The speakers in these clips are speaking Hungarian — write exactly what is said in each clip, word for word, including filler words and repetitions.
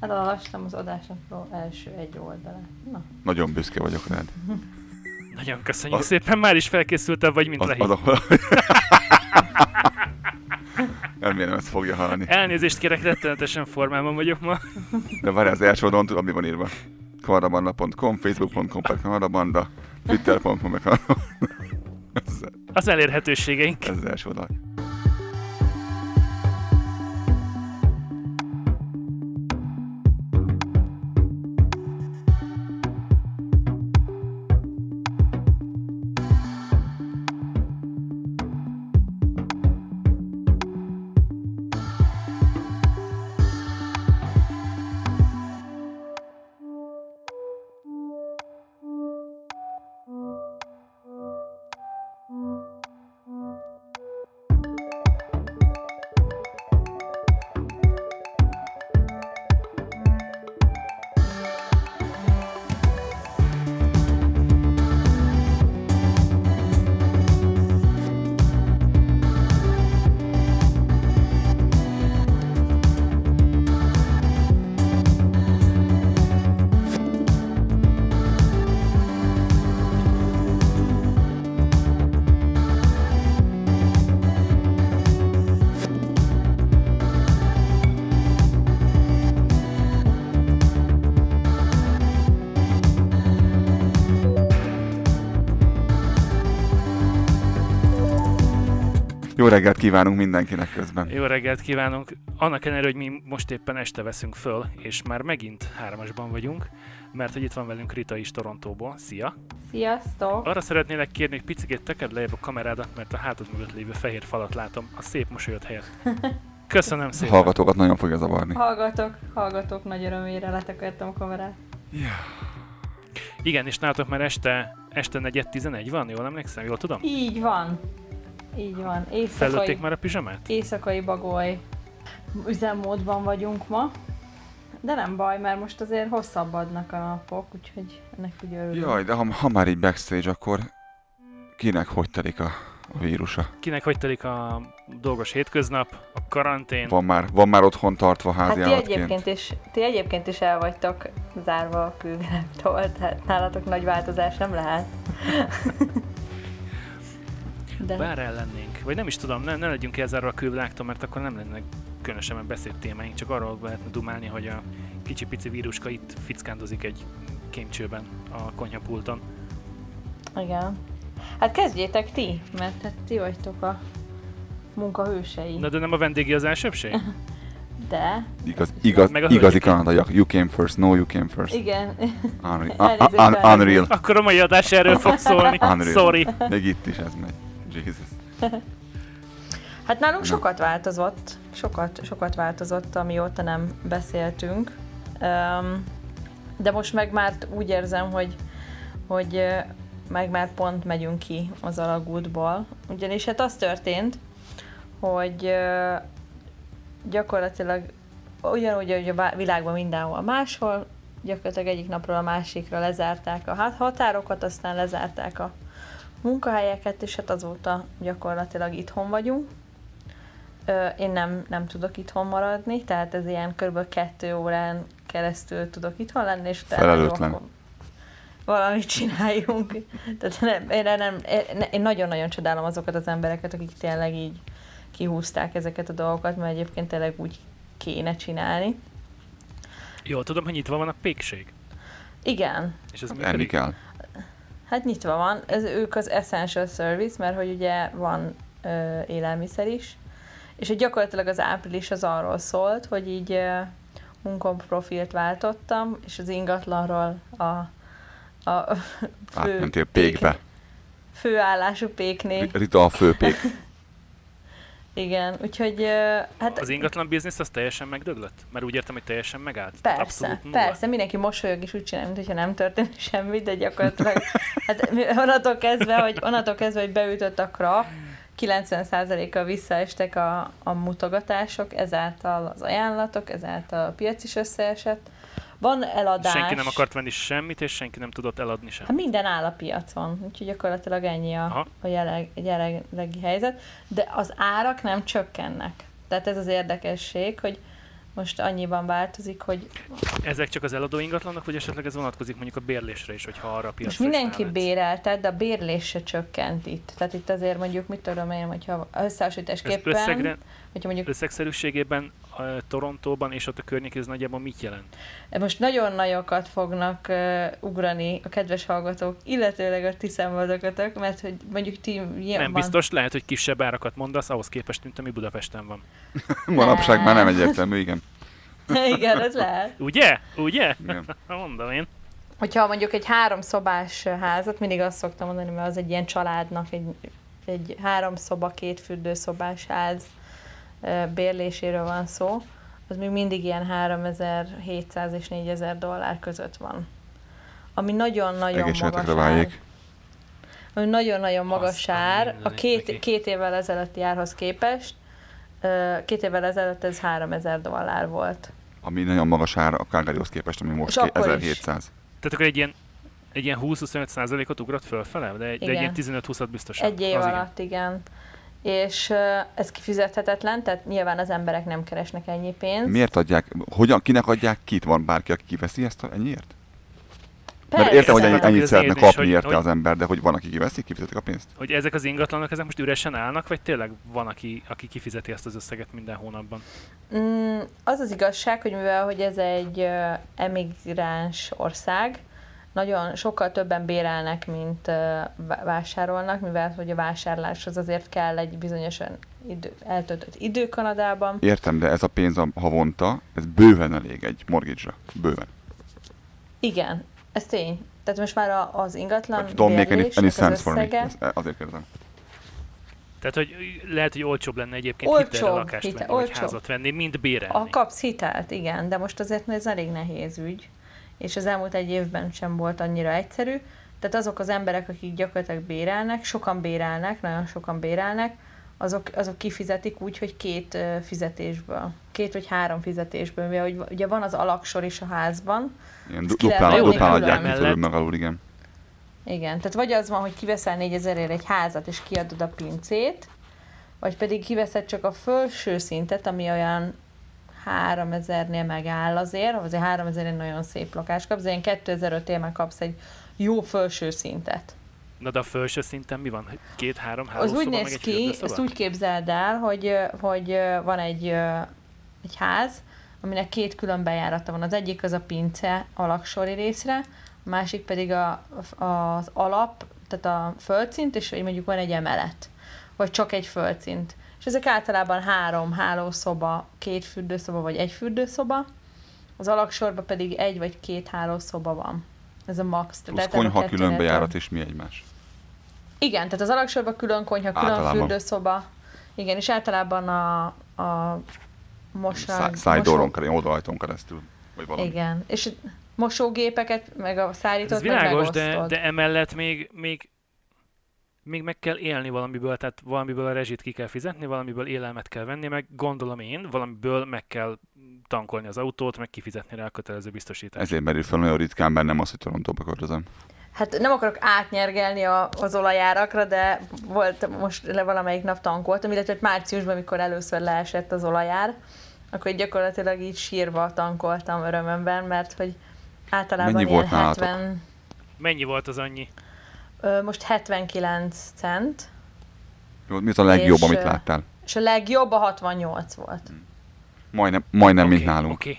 Elolvastam az adásnak első egy oldalát. Na. Nagyon büszke vagyok rád. Nagyon köszönjük az... szépen, már is felkészültebb vagy, mint az, Lehi. az a... Remélem, ezt fogja hallani. Elnézést kérek, rettenetesen formában vagyok ma. De várj, az első oldalon tudom, mi van írva. kamarabanda pont com, facebook pont com per kamarabanda, twitter pont com per kamarabanda. Az elérhetőségeink. Ez az első oldal. Jó reggelt kívánunk mindenkinek közben. Jó reggelt kívánunk. Annak ellenére, hogy mi most éppen este veszünk föl, és már megint hármasban vagyunk, mert hogy itt van velünk Rita is Torontóból. Szia! Sziasztok! Arra szeretnélek kérni, hogy picikét tekerd lejjebb a kamerádat, mert a hátad mögött lévő fehér falat látom, a szép mosolyod helyett. Köszönöm szépen! A hallgatókat nagyon fogja zavarni. Hallgatok, hallgatok, nagy örömére letekertem a kamerát. Yeah. Igen, és nálatok már este, este negyed tizenegy van, jól emlékszem? Jól tudom? Így van. Így van. Éjszakai, Fellőtték már a pizsamát? Éjszakai bagoly üzemmódban vagyunk ma. De nem baj, mert most azért hosszabbadnak a napok, úgyhogy ennek úgy örülünk. Jaj, de ha, ha már így backstage, akkor kinek hogy telik a, a vírusa? Kinek hogy telik a dolgos hétköznap, a karantén? Van már, van már otthon tartva házi Hát ti állatként? egyébként, is, ti egyébként is el vagytok zárva a külvilágtól, tehát nálatok nagy változás nem lehet. De... Bár ellennénk, vagy nem is tudom, ne, ne legyünk elzárva a külvilágtól, mert akkor nem lennek különösebben beszélt témáink, csak arról lehetne dumálni, hogy a kicsi-pici víruska itt fickándozik egy kémcsőben a konyhapulton. Igen. Hát kezdjétek ti, mert hát ti vagytok a munkahősei. Na de nem a vendégi az elsőbség? De. Igaz, igaz, igazi kanadaiak. You came first, no you came first. Igen. Unreal. Un- un- unreal. Akkor a mai adás erről fog szólni. Sorry. Még itt is ez megy. Jesus. Hát nálunk sokat változott. Sokat, sokat változott, amióta nem beszéltünk. Um, de most meg már úgy érzem, hogy, hogy meg már pont megyünk ki az alagútból. Ugyanis hát az történt, hogy uh, gyakorlatilag ugyanúgy, hogy a világban mindenhol máshol, gyakorlatilag egyik napról a másikra lezárták a határokat, aztán lezárták a munkahelyeket, és hát azóta gyakorlatilag itthon vagyunk. Én nem, nem tudok itthon maradni, tehát ez ilyen kb. kettő órán keresztül tudok itthon lenni, és felelőtlen. Valamit csináljunk. Tehát nem, én, nem, én nagyon-nagyon csodálom azokat az embereket, akik tényleg így kihúzták ezeket a dolgokat, mert egyébként tényleg úgy kéne csinálni. Jól tudom, hogy nyitva van a pékség. Igen. És ez enni kell. Hát nyitva van. Ez, ők az Essential Service, mert hogy ugye van ö, élelmiszer is. És hogy gyakorlatilag az április az arról szólt, hogy így ö, munkaprofilt váltottam, és az ingatlanról a, a fő... Átmentél pékbe. Főállású péknél. Rita a főpék. Igen, úgyhogy... Hát, az ingatlan biznisz az teljesen megdöglött? Mert úgy értem, hogy teljesen megállt? Persze, persze, mindenki mosolyog és úgy csinál, mintha nem történt semmi, de gyakorlatilag hát onnantól kezdve, hogy, onnantól kezdve, hogy beütött a krak, kilencven százalékkal visszaestek a, a mutogatások, ezáltal az ajánlatok, ezáltal a piac is összeesett. Van eladás. Senki nem akart venni semmit, és senki nem tudott eladni semmit. Hát minden áll a piacon, úgyhogy gyakorlatilag ennyi a, a jelenleg, jelenlegi helyzet. De az árak nem csökkennek. Tehát ez az érdekesség, hogy most annyiban változik, hogy Ezek csak az eladó ingatlanok, vagy esetleg ez vonatkozik mondjuk a bérlésre is, hogyha arra a piacra most is mindenki rávetsz? béreltet, de a bérlés se csökkent itt. Tehát itt azért mondjuk, mit tudom én, hogyha Ez összehasonlításképpen, összegre, hogyha mondjuk összegszerűségében a Torontóban és ott a környék ez nagyjából mit jelent? most nagyon nagyokat fognak uh, ugrani a kedves hallgatók, illetőleg a ti szemvadokatok, mert hogy mondjuk ti Nem biztos, lehet, hogy kisebb árakat mondasz, ahhoz képest, mint ami Budapesten van. Manapság már nem egyértelmű, igen. Igen, ez lehet. Ugye? Ugye? igen. Mondom én. Hogyha mondjuk egy háromszobás házat, mindig azt szoktam mondani, mert az egy ilyen családnak, egy, egy három szoba, két fürdőszobás ház ö, bérléséről van szó, az még mindig ilyen háromezer-hétszáz és négyezer dollár között van. Ami nagyon-nagyon magas Egészségedre ár. váljék. Ami nagyon-nagyon magas Aztán ár. A mindenit két, neki. két évvel ezelőtti árhoz képest, ö, két évvel ezelőtt ez háromezer dollár volt. Ami nagyon magas ár a Calgaryhoz képest, ami most És akkor is. ezerhétszáz. Tehát akkor egy ilyen, egy ilyen húsz-huszonöt százalékot ugrott fölfele? De egy, de egy Igen. ilyen tizenöt-húszat biztosan. Egy év Az igen. alatt, igen. És uh, ez kifizethetetlen, tehát nyilván az emberek nem keresnek ennyi pénzt. Miért adják, hogyan, kinek adják ki? Itt van bárki, aki kiveszi ezt a- ennyiért? Mert Persze. értem, hogy ennyi- Persze. ennyit Ez szeretne érdés, kapni hogy- érte hogy- az ember, de hogy van, aki kiveszi, kifizetik a pénzt? Hogy ezek az ingatlanok, ezek most üresen állnak, vagy tényleg van, aki, aki kifizeti ezt az összeget minden hónapban? Mm, az az igazság, hogy mivel hogy ez egy uh, emigráns ország, nagyon sokkal többen bérelnek, mint uh, vá- vásárolnak, mivel hogy a vásárláshoz azért kell egy bizonyosan idő, eltöltött idő Kanadában. Értem, de ez a pénz a havonta, ez bőven elég egy mortgage-ra. Bőven. Igen, ez tény. Tehát most már a, az ingatlan Don't make any, bérlésnek any az sense for me. összege- Ez- Azért kérdezem. Tehát, hogy lehet, hogy olcsóbb lenne egyébként Olcsóbb, hitelre lakást hitel- venni, vagy olcsóbb. házat venni, mint bérelni. Ha kapsz hitelt, igen, de most azért ez elég nehéz ügy, és az elmúlt egy évben sem volt annyira egyszerű. Tehát azok az emberek, akik gyakorlatilag bérelnek, sokan bérelnek, nagyon sokan bérelnek, azok, azok kifizetik úgy, hogy két ö, fizetésből, két vagy három fizetésből, mivel hogy ugye van az alaksor is a házban. Ilyen Ezt du- ki lehet duplán, adni duplán külön adják ki mellett. fölül meg alul, igen. Igen, tehát vagy az van, hogy kiveszel négyezerért egy házat, és kiadod a pincét, vagy pedig kiveszed csak a felső szintet, ami olyan háromezernél megáll azért, azért háromezernél nagyon szép lakást kapsz, de ilyen kétezer-ötnél már kapsz egy jó felső szintet. Na de a felső szinten mi van? Két-három Az hálószoba, úgy meg néz egy ki, fürdőszoba? ezt úgy képzeld el, hogy, hogy van egy, egy ház, aminek két külön bejárata van. Az egyik az a pince alaksori részre, a másik pedig a, az alap, tehát a földszint, és mondjuk van egy emelet, vagy csak egy földszint. És ezek általában három hálószoba, két fürdőszoba, vagy egy fürdőszoba, az alaksorban pedig egy vagy két hálószoba van. Ez a max. Plusz Tehát konyha, a kettőnél külön bejárat több. és mi egymás. Igen, tehát az alaksorban külön konyha, külön Általában. fürdőszoba. Igen, és általában a, a mosag... Szájdóron keresztül, oldalajtón keresztül. Vagy valami. Igen, és mosógépeket, meg a szárítót, Ez meg világos, de, megosztod. de emellett még, még, még meg kell élni valamiből, tehát valamiből a rezsit ki kell fizetni, valamiből élelmet kell venni, meg gondolom én, valamiből meg kell tankolni az autót, meg kifizetni rá a kötelező biztosítást. Ezért merül fel nagyon ritkán bennem az, hogy Torontóba költözöm. Hát nem akarok átnyergelni a, az olajárakra, de volt most le valamelyik nap tankoltam, illetve márciusban, amikor először leesett az olajár, akkor így gyakorlatilag így sírva tankoltam örömömben, mert hogy általában Mennyi ilyen volt nálatok? hetven, Mennyi volt az annyi? ö, most hetvenkilenc cent, Jó, mi az a legjobb, És, amit ö, láttál? és a legjobb a hatvannyolc volt. Majdnem, majdnem Oké, mint nálunk. Oké.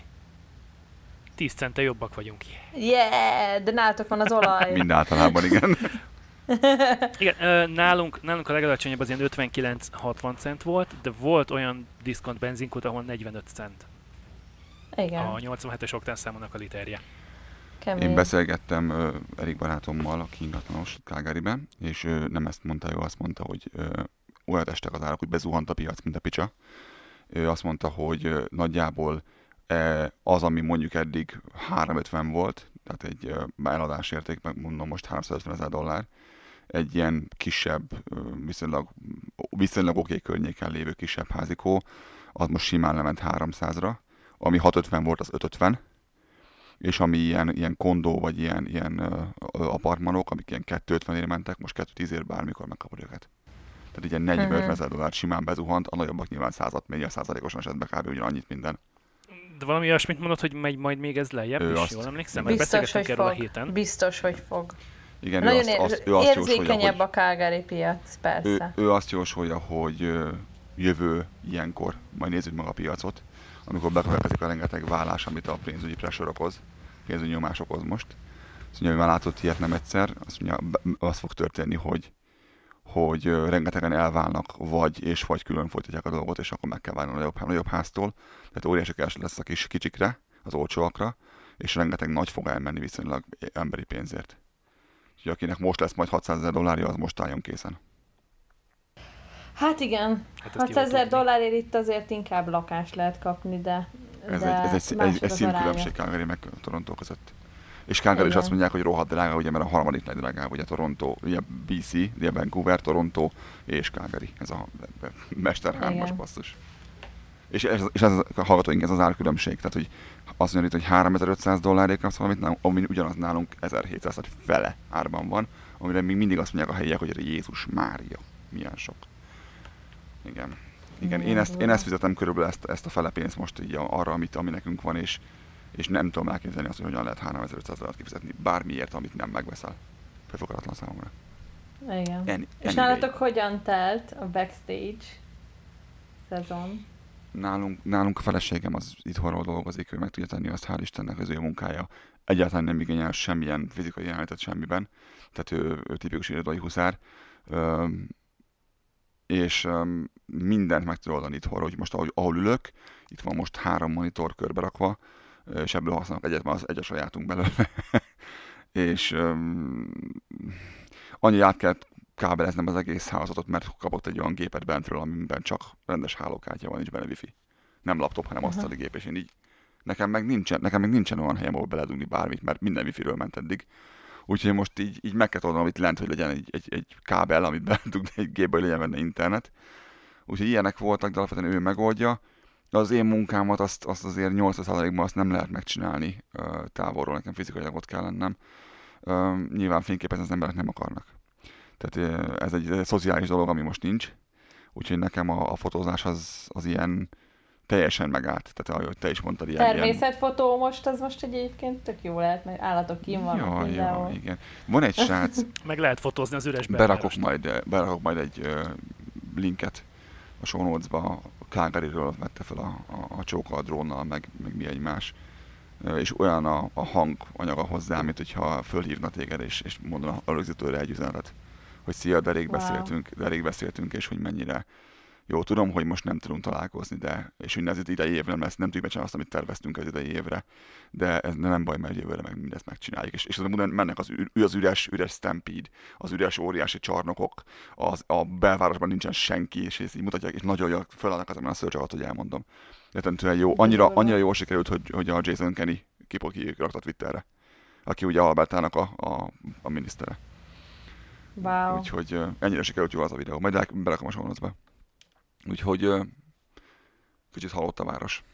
tíz cente jobbak vagyunk. Yeah, de nálatok van az olaj. Mind általában, igen. Igen, ö, nálunk, nálunk a legalacsonyabb az ilyen ötvenkilenc-hatvan cent volt, de volt olyan diszkont benzinkút, ahol negyvenöt cent. Igen, A nyolcvanhetes oktánszámúnak a literje. kemény. Én beszélgettem uh, Erik barátommal, aki ingatlanos Calgaryben, és uh, nem ezt mondta, ő azt mondta, hogy uh, olyan estek az árak, hogy bezuhant a piac, mint a picsa. Ő azt mondta, hogy uh, nagyjából uh, az, ami mondjuk eddig háromszázötven volt, tehát egy uh, eladás érték, meg mondom most háromszázötven ezer dollár, egy ilyen kisebb, uh, viszonylag, viszonylag oké környéken lévő kisebb házikó, az most simán lement háromszázra, ami hatszázötven volt, az ötszázötven, és ami ilyen, ilyen kondó, vagy ilyen, ilyen uh, apartmanok, amik ilyen kétszázötvenért mentek, most kétszáztízért bármikor megkapod őket. Tehát ilyen negyven-ötven ezer dollár simán bezuhant, a nagyobbak nyilván százat, négy százalékosan esetben kb. Ugyanannyit minden. De valami olyasmit mondod, hogy megy majd még ez lejjebb Ő is, azt- jól emlékszem? Mert Biztos, beszélgettünk hogy erről a fog. héten. Biztos, hogy fog. Igen, ő Nagyon azt, ér- azt, ő azt jósolja, érzékenyebb hogy, a Calgary piac, ő, persze. ő azt jósolja, hogy ö, jövő ilyenkor, majd nézzük meg a piacot, amikor bekövetkezik a rengeteg vállás, amit a pénzügyi pressure okoz, pénzügyi nyomás okoz most. Azt mondja, hogy már látott ilyet nem egyszer, azt mondja, be- az fog történni, hogy, hogy ö, rengetegen elválnak, vagy és vagy külön folytatják a dolgot, és akkor meg kell várni a nagyobb, nagyobb háztól. Tehát óriási kereslet lesz a kis kicsikre, az olcsóakra, és rengeteg nagy fog elmenni viszonylag emberi pénzért. Úgyhogy akinek most lesz majd hatszázezer dollárja, az most álljon készen. Hát igen, Hát ezt ki hatszázezer volt tudni. dollárért itt azért inkább lakást lehet kapni, de, Ez de egy, ez egy, mások egy, egy az színkülönbség aránya. Calgary meg Toronto között. És Calgary is Igen. azt mondják, hogy rohadt drága, ugye, mert a harmadik legdrágább, ugye Toronto, ugye bé cé, ugye Vancouver, Toronto és Calgary. Ez a Mester hármas Igen. basszus. És ez, és ez a hallgatóink, ez az árkülönbség. Tehát, hogy azt mondja itt, hogy háromezer-ötszáz dollárért kapsz valamit, nálunk, ami ugyanaz nálunk ezerhétszáz, tehát fele árban van, amire még mindig azt mondják a helyiek, hogy Jézus Mária, milyen sok. Igen. Igen, én ezt, én ezt fizetem körülbelül ezt, ezt a fele pénzt most így arra, amit, ami nekünk van, és, és nem tudom elképzelni azt, hogy hogyan lehet háromezer-ötszáz dollárt kifizetni bármiért, amit nem megveszel. Felfogadatlan számomra. Igen. Any, És anyway. nálatok hogyan telt a backstage szezon? Nálunk, nálunk a feleségem az itthonról dolgozik, ő meg tudja tenni azt, hál' Istennek, az ő munkája. Egyáltalán nem igényel semmilyen fizikai jelenlétet semmiben, tehát ő, ő tipikus irodai huszár. Öm, és öm, mindent meg tud oldani itthonról, hogy most ahogy, ahol ülök, itt van most három monitor körberakva, és ebből használok egyet, mert az egy a sajátunk belőle. és öm, annyi át kellett kábeleznem az egész házatot, mert kapott egy olyan gépet bentről, amiben csak rendes hálókártya van, nincs benne wifi. Nem laptop, hanem Aha. asztali gép, és én így nekem meg nincsen, nekem meg nincsen olyan helyem, ahol beledugni bármit, mert minden wifi-ről ment eddig. Úgyhogy most így, így meg kell oldanom itt lent, hogy legyen egy, egy, egy kábel, amit beledugni egy gépbe, hogy legyen benne internet. Úgyhogy ilyenek voltak, de alapvetően ő megoldja. Az én munkámat azt, azt azért nyolcvan százalékban azt nem lehet megcsinálni ö, távolról, nekem fizikailag ott kell lennem. Ö, nyilván fényképezni az emberek nem akarnak. Tehát ö, ez egy, ez egy szociális dolog, ami most nincs. Úgyhogy nekem a, a fotózás az, az ilyen teljesen megállt. Tehát ahogy te is mondtad, ilyen... ilyen... Természetfotó most, az most egyébként tök jó lehet, mert állatok kín vannak Ja, mindenhol. ja, igen. Van egy srác, Meg lehet fotózni az üres berakok belvárost. majd, berakok majd egy ö, linket a show notes-ba, a Calgaryről vette fel a, a, a csóka a drónnal, meg, meg mi egymás. Ö, és olyan a, a hanganyaga hozzá, mint hogyha fölhívna téged, és, és mondana a rögzítőre egy üzenetet, hogy szia, de rég Wow. beszéltünk, de rég beszéltünk, és hogy mennyire jó, tudom, hogy most nem tudunk találkozni, de és hogy ez az idei év nem lesz, nem tudjuk megcsinálni azt, amit terveztünk az idei évre, de ez nem baj, mert jövőre meg mindezt megcsináljuk. És, és az mennek az, ü- az üres, üres Stampede, az üres óriási csarnokok, az, a belvárosban nincsen senki, és ezt így mutatják, és nagyon jól fölállnak az ember a szörcsavat, hogy elmondom. Rettentően jó, annyira, annyira jól sikerült, hogy, hogy a Jason Kenny kipoki rakta Twitterre, aki ugye Albertának a, a, a minisztere. Wow. Úgyhogy uh, ennyire sikerült jól az a videó. Majd el- berakom a show notes-be. Úgyhogy uh, kicsit halott a város.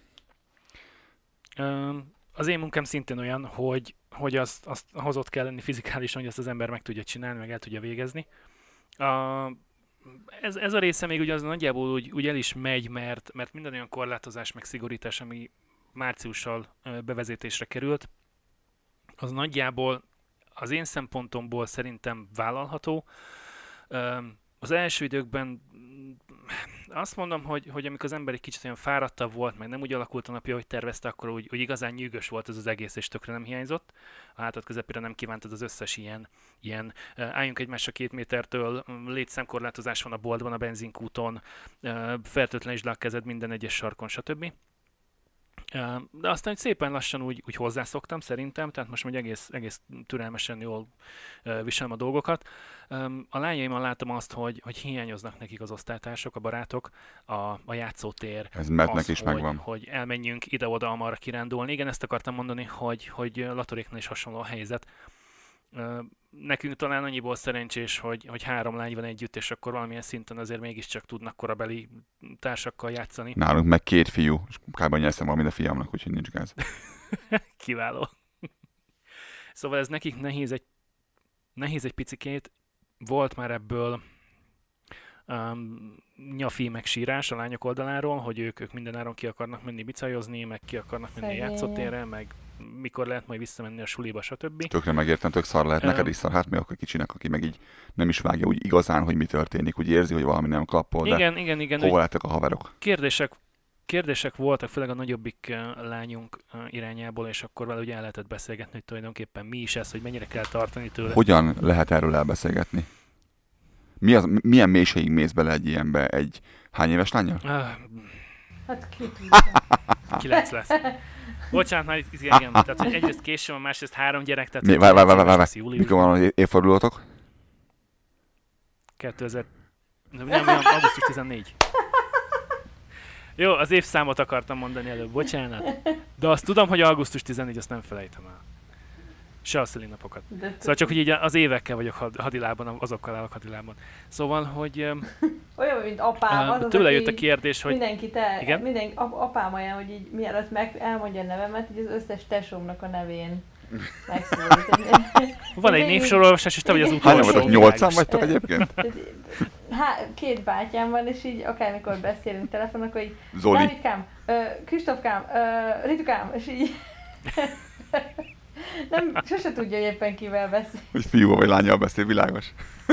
Ö, Az én munkám szintén olyan, hogy, hogy azt, azt hozott kell lenni fizikálisan, hogy ezt az ember meg tudja csinálni, meg el tudja végezni. A, ez, ez a része még ugye az nagyjából úgy, úgy el is megy, mert, mert minden olyan korlátozás, meg szigorítás, ami márciussal ö, bevezetésre került, az nagyjából az én szempontomból szerintem vállalható. Ö, Az első időkben mm, azt mondom, hogy, hogy amikor az ember egy kicsit olyan fáradtabb volt, meg nem úgy alakult a napja, hogy tervezte, akkor úgy, úgy igazán nyűgös volt ez az egész, és tökre nem hiányzott. A hátad közepére nem kívántad az összes ilyen, ilyen uh, álljunk egymásra két métertől, um, létszámkorlátozás van a boltban, a benzinkúton, uh, fertőtlenítsd le a kezed minden egyes sarkon, stb. Uh, de aztán hogy szépen lassan úgy, úgy hozzászoktam szerintem, tehát most már egész, egész türelmesen jól uh, viselem a dolgokat. Um, a lányaimon látom azt, hogy, hogy hiányoznak nekik az osztálytársak, a barátok, a, a játszótér. Ez Mattnek az, is hogy, megvan. hogy elmenjünk ide-oda, amarra kirándulni. Igen, ezt akartam mondani, hogy, hogy Latoréknál is hasonló a helyzet. Uh, nekünk talán annyiból szerencsés, hogy, hogy három lány van együtt, és akkor valamilyen szinten azért mégiscsak tudnak korabeli társakkal játszani. Nálunk meg két fiú, és kb. Nyerszem valami a fiamnak, úgyhogy nincs gáz. Kiváló. Szóval ez nekik nehéz egy, nehéz egy picikét. Volt már ebből um, nyafi meg sírás a lányok oldaláról, hogy ők, ők mindenáron ki akarnak menni bicajozni, meg ki akarnak menni Szegények. játszótérre, meg mikor lehet majd visszamenni a suliba, stb. Tökre megértem, tök szar lehet neked is szar, hát mi akkor kicsinek, aki meg így nem is vágja úgy igazán, hogy mi történik, úgy érzi, hogy valami nem klappol, de Igen, igen, igen. hova úgy lettek a haverok? Kérdések, kérdések voltak, főleg a nagyobbik eh, lányunk eh, irányából, és akkor vele ugye el lehetett beszélgetni, hogy tulajdonképpen mi is ez, hogy mennyire kell tartani tőle. Hogyan lehet erről elbeszélgetni? Mi az, milyen mélységig mész bele egy ilyenbe egy hány éves lányjal? Ah, Hát ki tudja. kilenc lesz. Bocsánat, már itt igen, tehát hogy egyrészt későn, a másrészt három gyerek, tehát Mi, várj, várj, várj, várj, lesz július. mikor van az évfordulótok? kétezer... Nem, nem, nem, augusztus tizennégy. Jó, az évszámot akartam mondani előbb, bocsánat. De azt tudom, hogy augusztus tizennégy, azt nem felejtem el. Se a szülinapokat. De Szóval csak, hogy így az évekkel vagyok had- hadilában, azokkal állok hadilában. Szóval, hogy öm, olyan, mint apám, az öm, az, tőle aki jött a kérdés, hogy mindenkit el, Igen? minden, ap, apám olyan, hogy így mielőtt meg elmondja a nevemet, így az összes tesómnak a nevén megszólít. van egy névsorolvasás, és te vagy az Igen. utolsó. Hányan vagytok? Nyolcan vagytok egyébként? Há, két bátyám van, és így akármikor beszélünk telefonon, akkor így Zoli. Dávidkám, ö, Kristófkám, ö, Ritukám, és így nem, sose tudja, hogy éppen kivel beszél. Hogy fiúval vagy lányjal beszél, világos.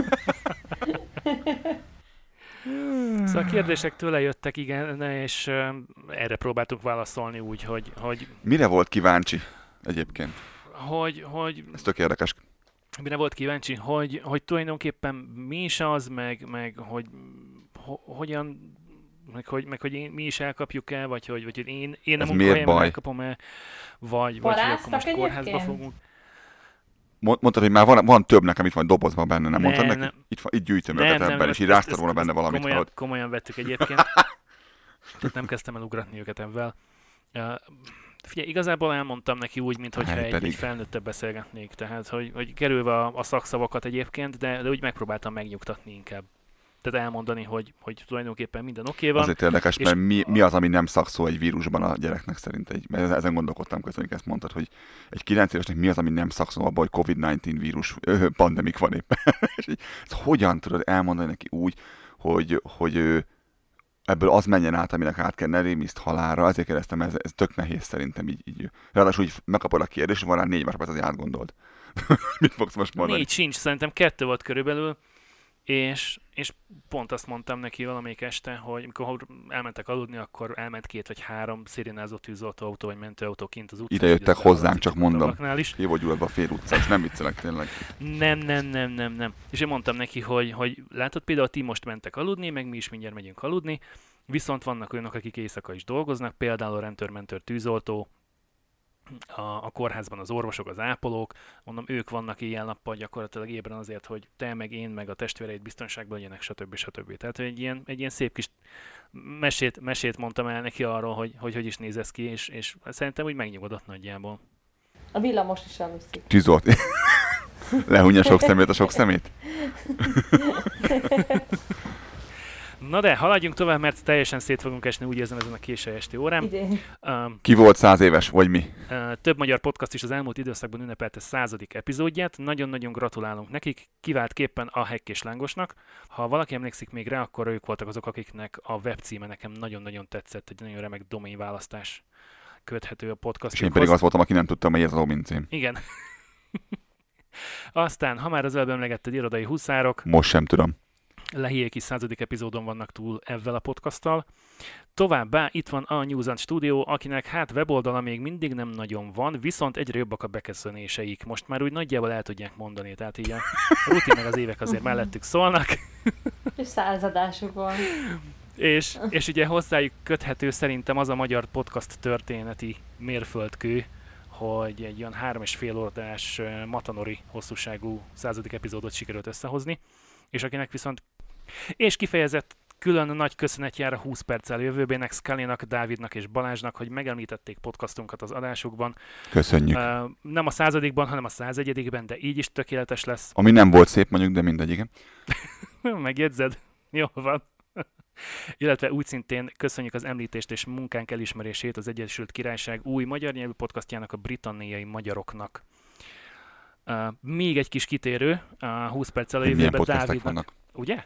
Szóval a kérdések tőle jöttek, igen, és öm, erre próbáltunk válaszolni úgy, hogy, hogy, Mire volt kíváncsi egyébként? hogy, hogy Ez tök érdekes. mire volt kíváncsi, hogy, hogy tulajdonképpen mi is az, meg, meg hogy ho, hogyan, meg hogy, meg hogy én, mi is elkapjuk el, vagy hogy, vagy hogy én, én Ez a miért munkahelyemen baj? elkapom el, vagy, vagy hogy akkor most Paráztak kórházba egyébként? fogunk. Mond- Mondtad, hogy már van, van több nekem itt van dobozban benne, nem Nem, mondtad neki? nem. Itt, van, itt gyűjtöm őket ebben, és így ezt- ráztad ezt- volna benne ezt valamit. Komolyan, Hallod? komolyan vettük egyébként. Tehát nem kezdtem el ugratni őket ebben. Uh, figyelj, igazából elmondtam neki úgy, mintha Hát egy, pedig. egy felnőttebb beszélgetnék. Tehát, hogy, hogy kerülve a, a szakszavakat egyébként, de, de úgy megpróbáltam megnyugtatni inkább. Tehát elmondani, hogy, hogy tulajdonképpen minden oké van. Azért érdekes, és- mert mi, mi az, ami nem szakszó egy vírusban a gyereknek szerint? Egy, mert ezen gondolkodtam közben, hogy ezt mondtad, hogy egy kilenc évesnek mi az, ami nem szakszó abban, hogy kovid tizenkilenc vírus ö, pandemik van éppen. És így, ezt hogyan tudod elmondani neki úgy, hogy, hogy ő, ebből az menjen át, aminek át kell, ne rémiszt halálra, ezért kérdeztem, ez, ez tök nehéz szerintem így. így. Ráadásul úgy megkapod a kérdést, van rá négy másodperc, az átgondold. Mit fogsz most mondani? Négy sincs, szerintem kettő volt körülbelül, és, és pont azt mondtam neki valamelyik este, hogy amikor elmentek aludni, akkor elment két vagy három szirénázó tűzoltóautó vagy mentőautó kint az utcán. Ide jöttek hozzánk, csak mondom. Is. Hívó Gyuladba a fél utcás, nem viccelek tényleg. Nem, nem, nem, nem, nem. És én mondtam neki, hogy, hogy látod, például ti most mentek aludni, meg mi is mindjárt megyünk aludni, viszont vannak olyanok, akik éjszaka is dolgoznak, például rendőr-mentőr tűzoltó, a, a kórházban az orvosok, az ápolók, mondom, ők vannak éjjel-nappal gyakorlatilag ébren azért, hogy te, meg én, meg a testvéreid biztonságban legyenek, stb. stb. Tehát egy ilyen, egy ilyen szép kis mesét, mesét mondtam el neki arról, hogy hogy, hogy is néz ez ki, és, és szerintem úgy megnyugodott nagyjából. A villamos is aluszik. Tűzolt. Lehunja sok szemét a sok szemét? Na de, haladjunk tovább, mert teljesen szét fogunk esni, úgy érzem ezen a késő esti órán. Idén. Um, Ki volt száz éves, vagy mi? uh, több magyar podcast is az elmúlt időszakban ünnepelte századik epizódját. Nagyon-nagyon gratulálunk nekik, kiváltképpen a Hekk és Lángosnak. Ha valaki emlékszik még rá, akkor ők voltak azok, akiknek a webcíme nekem nagyon-nagyon tetszett, egy nagyon remek domain választás köthető a podcast. És én pedig az voltam, aki nem tudtam, hogy ez a domincím. Igen. Aztán, ha már az előbb emlegetted irodai huszárok, Most sem tudom. Lehiék is századik epizódon vannak túl ezzel a podcasttal. Továbbá itt van a News and Studio, akinek hát weboldala még mindig nem nagyon van, viszont egyre jobbak a beköszönéseik. Most már úgy nagyjából el tudják mondani, tehát így a rutin meg az évek azért mellettük szólnak. És századásuk van. És, és ugye hozzájuk köthető szerintem az a magyar podcast történeti mérföldkő, hogy egy olyan három és fél órás matanori hosszúságú századik epizódot sikerült összehozni, és akinek viszont és kifejezett külön nagy köszönet jár a húsz perccel jövőbének, Scullynak, Dávidnak és Balázsnak, hogy megemlítették podcastunkat az adásukban. Köszönjük. Uh, nem a századikban, hanem a százegyedikben, de így is tökéletes lesz. Ami nem volt szép mondjuk, de mindegy, igen. Megjegyzed? Jó van. Illetve úgy szintén köszönjük az említést és munkánk elismerését az Egyesült Királyság új magyar nyelvű podcastjának, a britanniai magyaroknak. Uh, még egy kis kitérő, a húsz perccel a Milyen jövőben podcastek Dávidnak. vannak? Ugye?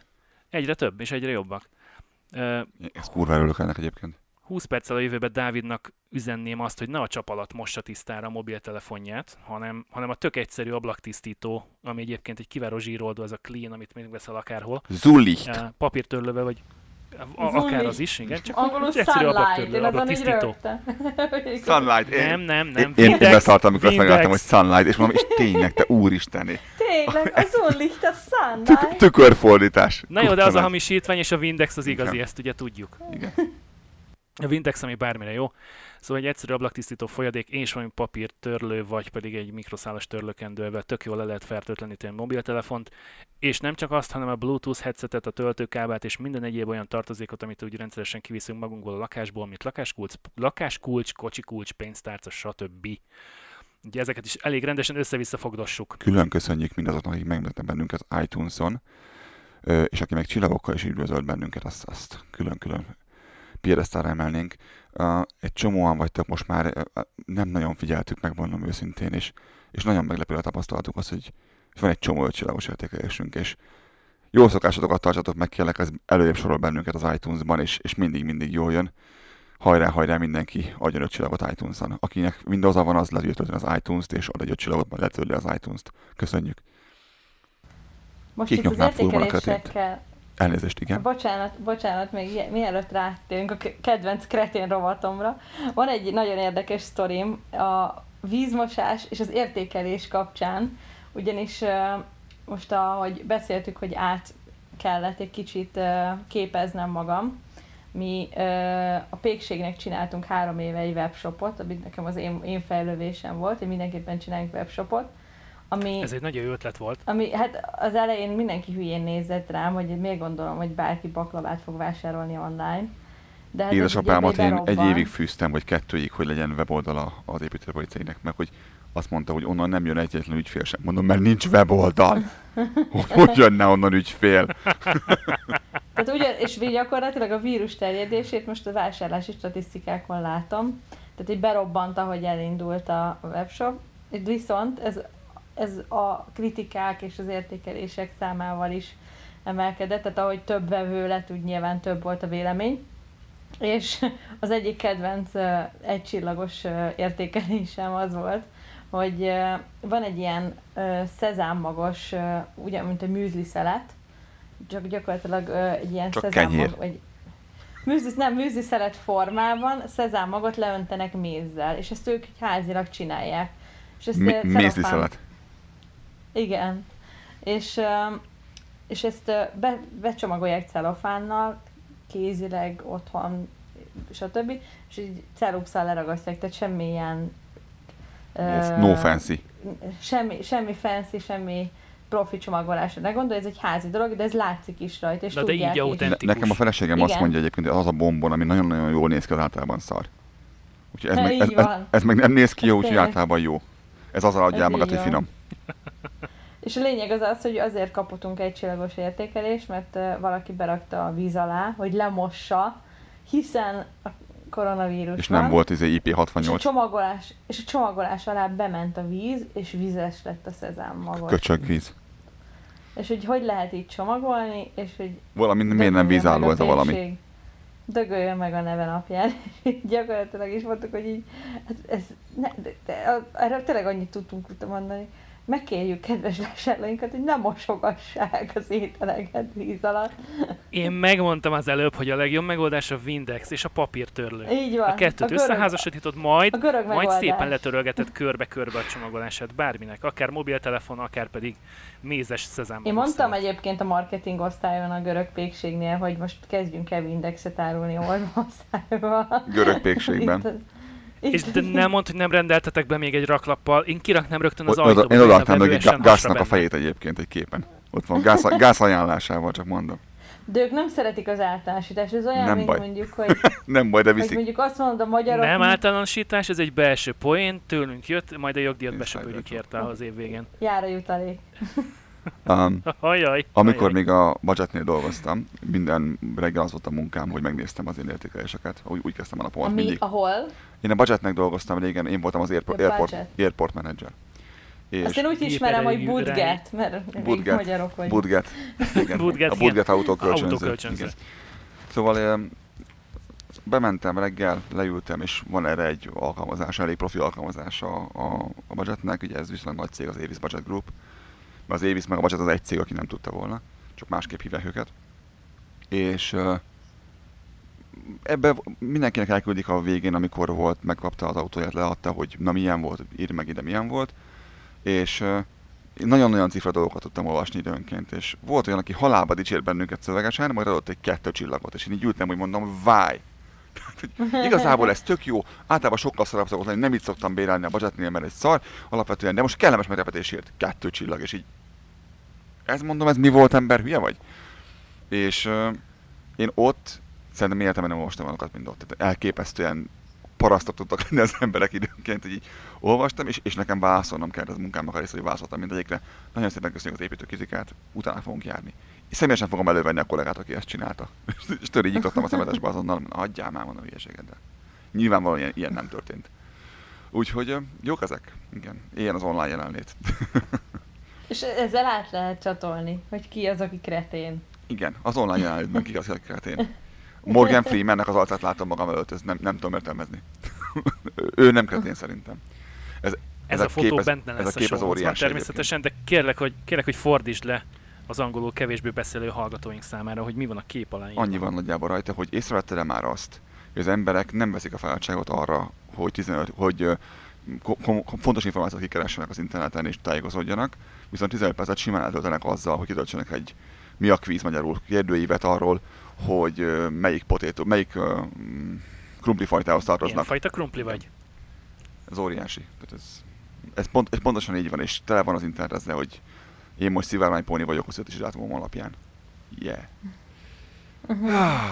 Egyre több, és egyre jobbak. Uh, Ez kurva örülök ennek egyébként. húsz perccel a jövőben Dávidnak üzenném azt, hogy ne a csap alatt mossa tisztára a mobiltelefonját, hanem, hanem a tök egyszerű ablaktisztító, ami egyébként egy kiváló zsíroldó, ez a clean, amit még veszel akárhol. Zulicht. Uh, papírtörlővel, vagy a, akár az is, igen. Csak angolul egy egyszerű sunlight, ablaktisztító. én azon így ablaktisztító. Sunlight. Nem, nem, nem. Én, én beszartam, amikor azt Windex. megláttam, hogy Sunlight, és mondom, és tényleg, te úristeni. Tényleg, a Sunlicht, a Tük- sunlight. tükörfordítás. Na jó, de az a Kurva hamisítvány, és a Windex az igazi, Igen. ezt ugye tudjuk. Igen. A Windex, ami bármire jó. Szóval egy egyszerű ablaktisztító folyadék, és valami papírtörlő, vagy pedig egy mikroszálas törlőkendővel tök jól le lehet fertőtleníteni a mobiltelefont, és nem csak azt, hanem a Bluetooth headsetet, a töltőkábelt és minden egyéb olyan tartozékot, amit úgy rendszeresen kiviszünk magunkból a lakásból, mint lakáskulcs, lakáskulcs, kocsikulcs, pénztárca, stb. Ugye ezeket is elég rendesen össze-vissza fogdossuk. Külön köszönjük mindazoknak, akik megmutatnak bennünket az iTunes-on, ö, és aki meg csillagokkal is üdvözölt bennünket, azt, azt külön-külön piedesztára emelnénk. Uh, egy csomóan vagytok most már, uh, nem nagyon figyeltük, megmondom őszintén, és, és nagyon meglepően tapasztaltuk azt, hogy van egy csomó ötcsillagos értékelésünk, és jó szokásotokat tartsatok meg, kérlek, ez előrébb sorol bennünket az iTunes-ban, és, és mindig-mindig jól jön. Hajrá, hajrá, mindenki adjon öt csillagot iTunes-on. Akinek Windows-a van, az le tudja tölteni az iTunes-t, és ad egy öt csillagot, majd letölti az iTunes-t. Köszönjük. Most Kék itt az nyomnál full van a kötét. értékelésekkel, Elnézést, igen. bocsánat, bocsánat, még je- mielőtt rátérünk a k- kedvenc kretén rovatomra, van egy nagyon érdekes sztorim a vízmosás és az értékelés kapcsán, ugyanis uh, most ahogy beszéltük, hogy át kellett egy kicsit uh, képeznem magam, mi uh, a Pékségnek csináltunk három éve egy webshopot, ami nekem az én, én fejlődésem volt, hogy mindenképpen csináljunk webshopot, ami... Ez egy nagyon jó ötlet volt. Ami, hát az elején mindenki hülyén nézett rám, hogy miért gondolom, hogy bárki baklavát fog vásárolni online. De hát Édesapámat ez ugye én egy berobban. évig fűztem, vagy kettőig, hogy legyen weboldala az építőipari cégnek, meg hogy azt mondta, hogy onnan nem jön egyetlen ügyfél sem. Mondom, mert nincs weboldal. Hogy jönne onnan ügyfél? Tehát ugye, és gyakorlatilag a vírus terjedését most a vásárlási statisztikákon látom. Tehát így berobbant, ahogy elindult a webshop. Itt viszont ez, ez a kritikák és az értékelések számával is emelkedett, tehát ahogy több vevő lett, úgy nyilván több volt a vélemény. És az egyik kedvenc uh, egycsillagos uh, értékelésem az volt, hogy uh, van egy ilyen uh, szezámmagos, uh, ugye, mint a műzli szelet, csak gyakorlatilag uh, egy ilyen Csak szezámmag, kenyér. vagy műzli, nem, műzli szelet formában szezámmagot leöntenek mézzel, és ezt ők házilag csinálják. És ezt, Mi- uh, Mézli celofán- szelet. Igen. És, uh, és ezt uh, be, becsomagolják celofánnal, kézileg, otthon, stb. És így celuxal leragasztják, tehát semmi ilyen... No, no fancy. Semmi, semmi fancy, semmi profi csomagolásra. Ne gondolj, ez egy házi dolog, de ez látszik is rajta, és Na, de tudják így is. autentikus. Ne, nekem a feleségem azt Igen. mondja egyébként, hogy az a bombon, ami nagyon-nagyon jól néz ki, az általában szar. Úgyhogy ez, Na, meg, így ez, ez, van. ez meg nem néz ki jó, Ez úgyhogy tényleg. általában jó. Ez azzal adja Ez el magad, így hogy van. finom. És a lényeg az az, hogy azért kapottunk egy csillagos értékelést, mert uh, valaki berakta a víz alá, hogy lemossa, hiszen a koronavírus És van. nem volt izé I P És a, hatvannyolc. csomagolás, és a csomagolás alá bement a víz, és vizes lett a szezámmagos. Köcsögvíz. És hogy hogy lehet így csomagolni, és hogy Valami miért nem dögöljön vízálló meg ez a valami. pékség. Dögöljön meg a neve napján. És így gyakorlatilag is mondtuk, hogy így, hát ez, ne, de, de, erre tényleg annyit tudtunk mondani. Megkérjük kedves vásárlóinkat, hogy ne mosogassák az ételeket víz alatt. Én megmondtam az előbb, hogy a legjobb megoldás a Windex és a papírtörlő. Így van. A kettőt görög- összeházasítod, majd, a görög majd megoldás. szépen letörölgeted körbe-körbe a csomagolását bárminek. Akár mobiltelefon, akár pedig mézes szezámmagos. Én mondtam szelet. egyébként a marketing osztályon a görög pékségnél, hogy most kezdjünk el Windexet árulni olvaszájba. Görög pékségben. És de nem mondd, hogy nem rendeltetek be még egy raklappal. Én kiraknám rögtön az Oda- ajtóba. Én hogy a odaadtam vevő neki essen Gásznak hasra a benne. fejét egyébként egy képen. Ott van, gáz, gáz ajánlásával, csak mondom. De ők nem szeretik az általánosítást. Ez olyan, Nem mint baj. mondjuk, hogy, Nem baj, de hogy viszik. mondjuk azt mondod a magyarok... Nem általánosítás, ez egy belső poén, tőlünk jött, majd a jogdíjat Inside besöpörjük joke. érte az év végén. Jár a jutalék. Um, Ajaj, amikor ajaj. még a budgetnél dolgoztam, minden reggel az volt a munkám, hogy megnéztem az én értékeléseket. Úgy, úgy kezdtem a napomat Ami, mindig. ahol? Én a budgetnek dolgoztam régen, én voltam az airport, A airport, budget. airport manager. És azt én úgy ismerem, hogy géperejű Budget, mert Budget. magyarok vagyunk. Budget. Igen. Budget, A igen. Budget autókölcsönző. Autókölcsönző. Igen. Szóval em, bementem reggel, leültem, és van erre egy alkalmazás, elég profi alkalmazás a, a, a Budgetnek, ugye ez viszonylag nagy cég, az Avis Budget Group. Mert az Avis meg a Budget az egy cég, aki nem tudta volna, csak másképp hívják őket. És uh, ebbe mindenkinek elküldik a végén, amikor volt, megkapta az autóját, leadta, hogy na milyen volt, írd meg ide milyen volt. És uh, nagyon-nagyon cifra dolgokat tudtam olvasni időnként, és volt olyan, aki halálba dicsért bennünket szövegesen, majd adott egy kettő csillagot, és én így ültem, hogy mondom, váj! Igazából ez tök jó, általában sokkal szarabb szokott lenni, nem így szoktam bérelni a Budgetnél, mert egy szar, alapvetően, de most kellemes meglepetésért, kettő csillag, és így ez mondom, ez mi volt, ember, hülye vagy? És uh, én ott szerintem életemben nem olvastam olyanokat, mint ott. Tehát elképesztően parasztok tudtak lenni az emberek időnként, hogy így olvastam, és, és nekem válaszolnom kell, ez a munkámnak a része, hogy válaszoltam mindegyikre. Nagyon szépen köszönjük az építőkritikát, utána fogunk járni. És személyesen fogom elővenni a kollégát, aki ezt csinálta. És tőle így nyitottam a szemetesbe azonnal, adjál már, mondom, hülyeséget, de nyilvánvalóan ilyen, ilyen nem történt. Úgyhogy jók ezek, igen, ilyen az online jelenlét. És ezzel át lehet csatolni, hogy ki az, aki kretén. Igen, az online jelenlétben ki az, aki kretén. Morgan Freemannek az arcát látom magam előtt, ez nem, nem tudom értelmezni. Ő nem kretén szerintem. Ez, Ez, ez a fotó kép, ez, benne ez lesz a a kép az show óriási természetesen, de kérlek hogy, kérlek, hogy fordítsd le az angolul kevésbé beszélő hallgatóink számára, hogy mi van a kép alá. Annyi van nagyjából rajta, hogy észrevetted már azt, hogy az emberek nem veszik a fáradtságot arra, hogy, tizenöt, hogy uh, kom- kom- fontos információt kikeressenek az interneten és tájékozódjanak, viszont tizenöt percet simán eltöltenek azzal, hogy kitöltsenek egy mi a kvíz magyarul kérdőívet arról, hogy uh, melyik potétó, melyik uh, krumplifajtához tartoznak. Milyen fajta krumpli vagy? Ez óriási. Tehát ez, ez, pont, ez pontosan így van, és tele van az internet ezzel, hogy én most szivárványpóni vagyok a születési dátumom alapján. Yeah. Uh-huh.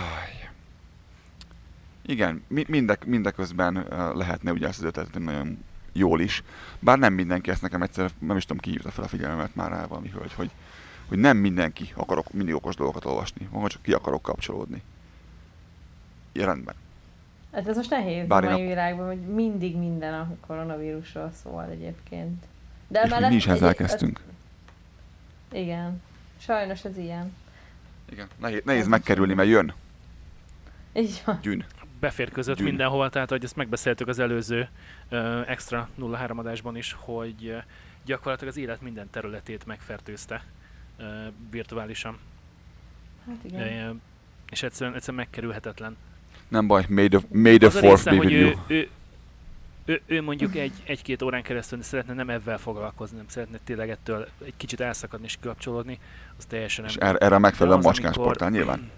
Igen, mi, mindek, mindeközben uh, lehetne ugye ezt az ötletet nagyon jól is, bár nem mindenki, ezt nekem egyszer, nem is tudom, ki hívta fel a figyelmet már rá valami hölgy, hogy, hogy nem mindenki akarok mindig okos dolgokat olvasni, van, csak ki akarok kapcsolódni. Ja, rendben. Hát ez most nehéz Bár a mai én a- világban, hogy mindig minden a koronavírusról szól egyébként. De És még mi is ezzel kezdtünk. Az... Igen. Sajnos ez ilyen. Igen, nehéz, nehéz megkerülni, mert jön. Így van. Gyűn. Beférközött Gyűn. mindenhol, tehát hogy ezt megbeszéltük az előző uh, extra nulla három adásban is, hogy uh, gyakorlatilag az élet minden területét megfertőzte uh, virtuálisan. Hát igen. Uh, és egyszerűen, egyszerűen megkerülhetetlen. Nem baj, may the, may the Az a fourth része, be hogy with ő, you. ő, ő, ő mondjuk egy, egy-két órán keresztül szeretne nem ebben foglalkozni, nem szeretne tényleg ettől egy kicsit elszakadni és kapcsolódni, az teljesen És nem. erre, erre megfelelő a az, macskánsportál, amikor- nyilván.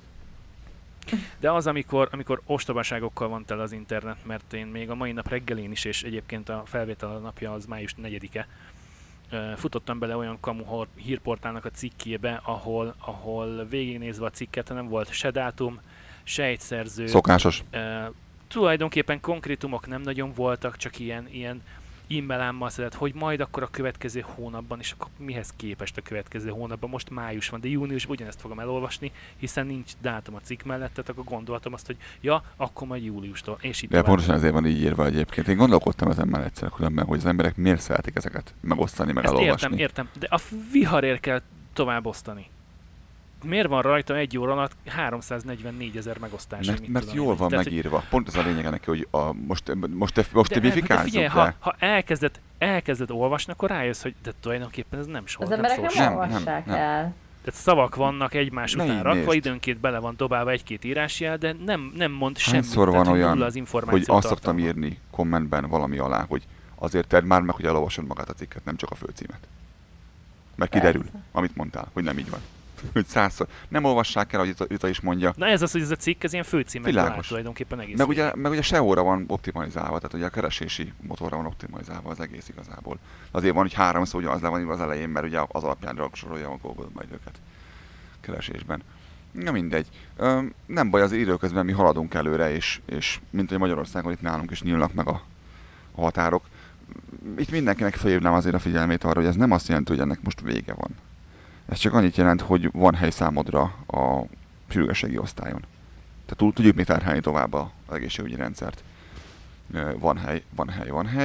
De az, amikor, amikor ostobaságokkal van tele az internet, mert én még a mai nap reggelén is, és egyébként a felvétel napja az május negyedike, ö, futottam bele olyan kamu hor- hírportálnak a cikkébe, ahol, ahol végignézve a cikket nem volt se dátum, se egy szerző. Szokásos. Uh, tulajdonképpen konkrétumok nem nagyon voltak, csak ilyen, ilyen e-mail ámmal, hogy majd akkor a következő hónapban, és akkor mihez képest a következő hónapban, most május van, de júniusban ugyanezt fogom elolvasni, hiszen nincs dátum a cikk mellett, tehát akkor gondoltam azt, hogy ja, akkor majd júliustól, és így De tovább. pontosan ezért van így írva egyébként. Én gondolkodtam ezen már egyszer különben, hogy az emberek miért szeretik ezeket megosztani, meg Ezt elolvasni. értem, értem, de a viharért kell tovább osztani. Miért van rajta egy óra alatt háromszáznegyvennégyezer megosztás? Mert, mit mert tudom jól én. van Tehát, megírva. Pont ez a lényeg neki, hogy a, most, most te, most te de, wifi-kázzuk, de figyelj, de... ha, ha elkezded, elkezded olvasni, akkor rájössz, hogy de tulajdonképpen ez nem soha Az nem emberek szól nem, sem. Nem, nem, olvassák nem. el. Tehát szavak vannak egymás Ne után így rakva, nézd. időnként bele van dobálva egy-két írásjel, de nem, nem mond semmit. Hányszor van tehát, hogy olyan, nulla az hogy információ azt szoktam tartalma. írni kommentben valami alá, hogy azért tedd már meg, hogy elolvasod magát a cikket, nem csak a főcímet. Mert kiderül, Persze. amit mondtál, hogy nem így van. Hogy százszor. Nem olvassák el, ahogy Ita- Ita is mondja. Na ez az, hogy ez a cikk, ez ilyen főcímekből áll Világos. tulajdonképpen egész Meg végig. ugye, meg ugye es e o-ra van optimalizálva, tehát ugye a keresési motorra van optimalizálva az egész igazából. Azért van, hogy három szó ugyanaz le van írva az elején, mert ugye az alapján sorolja a Google majd őket keresésben. Na mindegy. Öm, nem baj, az időközben mi haladunk előre, és, és mint hogy Magyarországon itt nálunk is nyílnak meg a, a határok. Itt mindenkinek felhívnám azért a figyelmét arra, hogy ez nem azt jelenti, hogy ennek most vége van. Ez csak annyit jelent, hogy van hely számodra a sürgősségi osztályon. Tehát tud- tudjuk még terhelni tovább az egészségügyi rendszert. Ö, Van hely, van hely, van hely.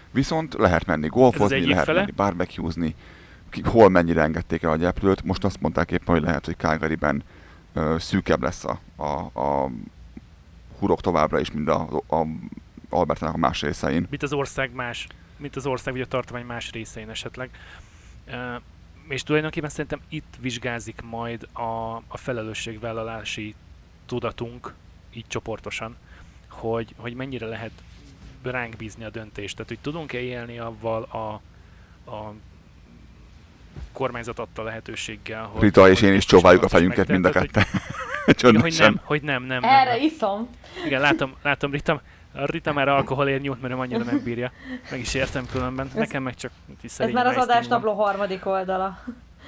Viszont lehet menni golfozni, lehet fele. menni barbecuezni, hol mennyire engedték el a gyeplőt. Most azt mondták éppen, hogy lehet, hogy Calgaryben uh, szűkebb lesz a, a, a hurok továbbra is, mint a, a Albertának a más részein. Mint az ország más, mint az ország vagy a tartomány más részein esetleg. Uh, és tulajdonképpen szerintem itt vizsgázik majd a, a felelősségvállalási tudatunk, így csoportosan, hogy, hogy mennyire lehet ránk bízni a döntést. Tehát, hogy tudunk-e élni avval a, a kormányzat adta lehetőséggel, hogy... Rita és én is csóváljuk a fejünket mind a ketten. Hogy, hogy nem, hogy nem, nem. Erre nem. iszom. Igen, látom, látom Rita, Rita már alkoholért nyújt, mert ő annyira nem bírja. Meg is értem különben. Ez, nekem meg csak... Ez már az adásnapló harmadik oldala.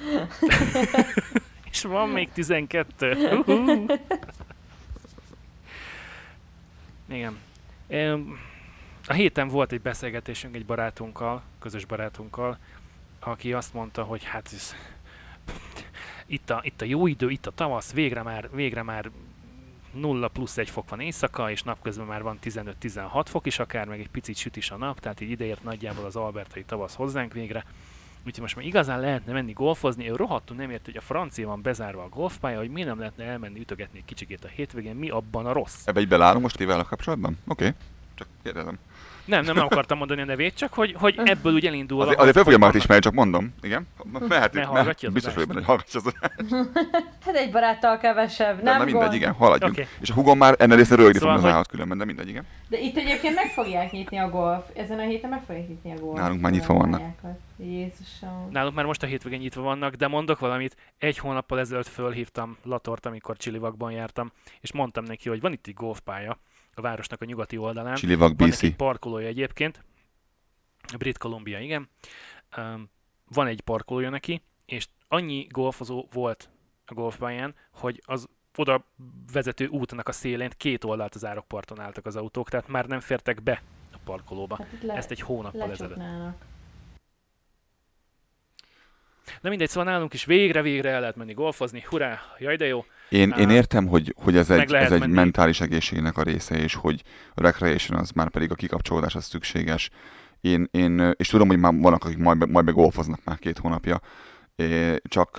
És van még tizenkettő. Uh-huh. Igen. A héten volt egy beszélgetésünk egy barátunkkal, közös barátunkkal, aki azt mondta, hogy hát ez, itt, a, itt a jó idő, itt a tavasz, végre már, végre már nulla plusz egy fok van éjszaka, és napközben már van tizenöt-tizenhat fok is, akár meg egy picit süt is a nap, tehát így ideért nagyjából az albertai tavasz hozzánk végre. Úgyhogy most már igazán lehetne menni golfozni, ő rohadtul nem ért, hogy a francia van bezárva a golfpálya, hogy mi nem lehetne elmenni ütögetni egy kicsikét a hétvégén, mi abban a rossz. Ebbe így belállunk most tével a kapcsolatban? Oké, okay. Csak kérdezem. Nem, nem, nem akartam mondani a nevét, csak hogy, hogy ebből úgy elindul. Azért, azért fel fogja magát ismerni, csak mondom. Igen? Mehetünk, ne hallgatja az biztos vagyok benne, hogy hallgatja az adást. Hát egy baráttal kevesebb, de, nem na mindegy, gond. igen, haladjunk. Okay. És a hugom már ennél részre rögni szóval, fog az állat különben, de mindegy, igen. De itt egyébként meg fogják nyitni a golf. Ezen a héten meg fogják nyitni a golf. Nálunk már nyitva vannak. Jézusom. Nálunk már most a hétvégén nyitva vannak, de mondok valamit. Egy hónappal ezelőtt fölhívtam Latort, amikor Chilliwackban jártam, és mondtam neki, hogy van itt egy golfpálya a városnak a nyugati oldalán. Chilliwack, van bé cé. egy parkolója egyébként. Brit Columbia, igen. Um, van egy parkolója neki, és annyi golfozó volt a golfpályán, hogy az oda vezető útnak a szélén két oldalt az árokparton álltak az autók, tehát már nem fértek be a parkolóba. Hát le, ezt egy hónappal ezelőtt. Na mindegy, szóval nálunk is végre-végre el lehet menni golfozni, hurrá, jaj de jó. Én, én értem, hogy, hogy ez egy, ez egy menni. mentális egészségnek a része, és hogy a recreation az már pedig a kikapcsolódás az szükséges. Én, én, és tudom, hogy már vannak, akik majd, majd begolfoznak már két hónapja, é, csak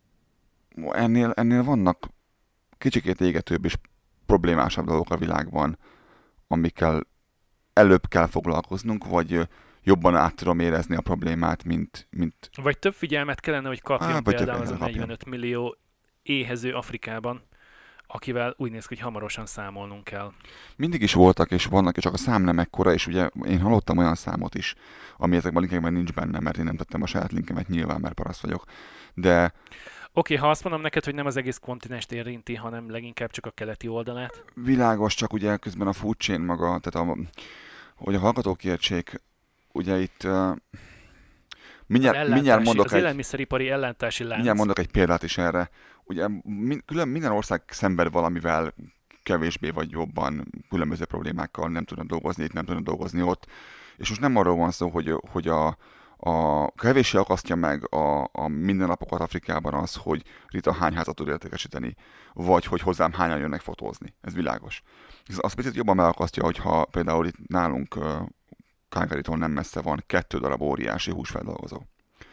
ennél, ennél vannak kicsikét égetőbb és problémásabb dolgok a világban, amikkel előbb kell foglalkoznunk, vagy jobban át tudom érezni a problémát, mint... mint... Vagy több figyelmet kellene, hogy kapjon Á, például az a negyvenöt millió éhező Afrikában, akivel úgy néz ki, hogy hamarosan számolnunk kell. Mindig is voltak, és vannak, és csak a szám nem ekkora, és ugye én hallottam olyan számot is, ami ezekben a linkekben nincs benne, mert én nem tettem a saját linkemet nyilván, mert paraszt vagyok. De... Oké, okay, ha azt mondom neked, hogy nem az egész kontinenst érinti, hanem leginkább csak a keleti oldalát. Világos, csak ugye közben a food chain maga, tehát a, hogy a hallgatók értsék, ugye itt uh, mindjárt, mindjárt mondok az egy... élelmiszeripari ellátási lánc. Mindjárt mondok egy példát is erre. Ugye min, külön minden ország szenved valamivel kevésbé vagy jobban, különböző problémákkal, nem tudnak dolgozni itt, nem tudnak dolgozni ott. És most nem arról van szó, hogy, hogy a, a kevéssé akasztja meg a, a mindennapokat Afrikában az, hogy Rita hány házat tud értékesíteni, vagy hogy hozzám hányan jönnek fotózni. Ez világos. Ez azt picit jobban megakasztja, hogyha például itt nálunk Calgarytól nem messze van kettő darab óriási húsfeldolgozó.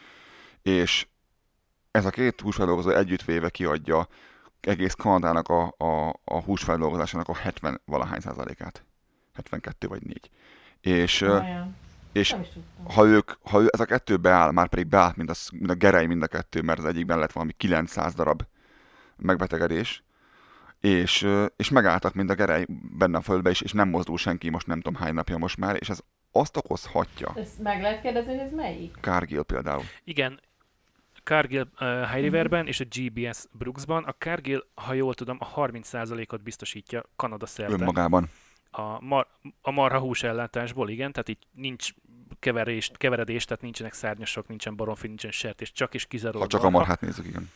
És ez a két húsfeldolgozó együttvéve kiadja egész Kanadának a, a, a húsfeldolgozásának a hetven valahány százalékát. hetvenkettő vagy négy. És, Olyan. és ha, ők, ha ő, ez a kettő beáll, már pedig beállt, mint a, mint a gerej mind a kettő, mert az egyikben lett valami kilencszáz darab megbetegedés, és, és megálltak mind a gerej benne a földbe is, és nem mozdul senki, most nem tudom hány napja most már, és ez azt okozhatja. Ezt meg lehet kérdezni, hogy ez melyik? Cargill például. Igen, Cargill uh, High Riverben és a gé bé es Brooksban. A Cargill, ha jól tudom, a harminc százalékot biztosítja Kanada szerte. Önmagában. A, mar, a marhahús ellátásból, igen, tehát itt nincs keverés, keveredés, tehát nincsenek szárnyasok, nincsen baromfi, nincsen sertés, csak és kizárólag Ha csak marha. A marhát nézzük, igen.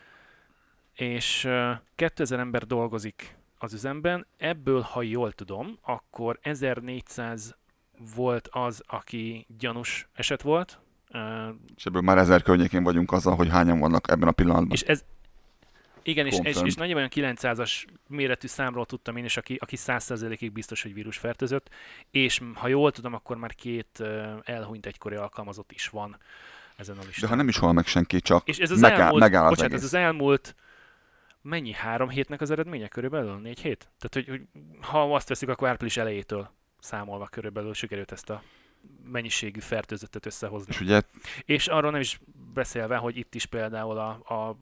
És uh, kétezer ember dolgozik az üzemben, ebből, ha jól tudom, akkor ezernégyszáz volt az, aki gyanús eset volt. Uh, és ebből már ezer környékén vagyunk azzal, hogy hányan vannak ebben a pillanatban. És ez, Igen, és, és, és nagyjából olyan kilencszázas méretű számról tudtam én is, aki, aki száz százalékig biztos, hogy vírusfertőzött, és ha jól tudom, akkor már két uh, elhunyt egykori alkalmazott is van ezen a listán. De ha nem is hal meg senki, csak és ez az megáll, elmúlt, megáll az bocsánat, egész. ez az elmúlt mennyi? Három hétnek az eredménye körülbelül? Négy hét? Tehát, hogy, hogy ha azt veszik, akkor április elejétől számolva körülbelül sikerült ezt a mennyiségű fertőzöttet összehozni. És ugye... És arról nem is beszélve, hogy itt is például a, a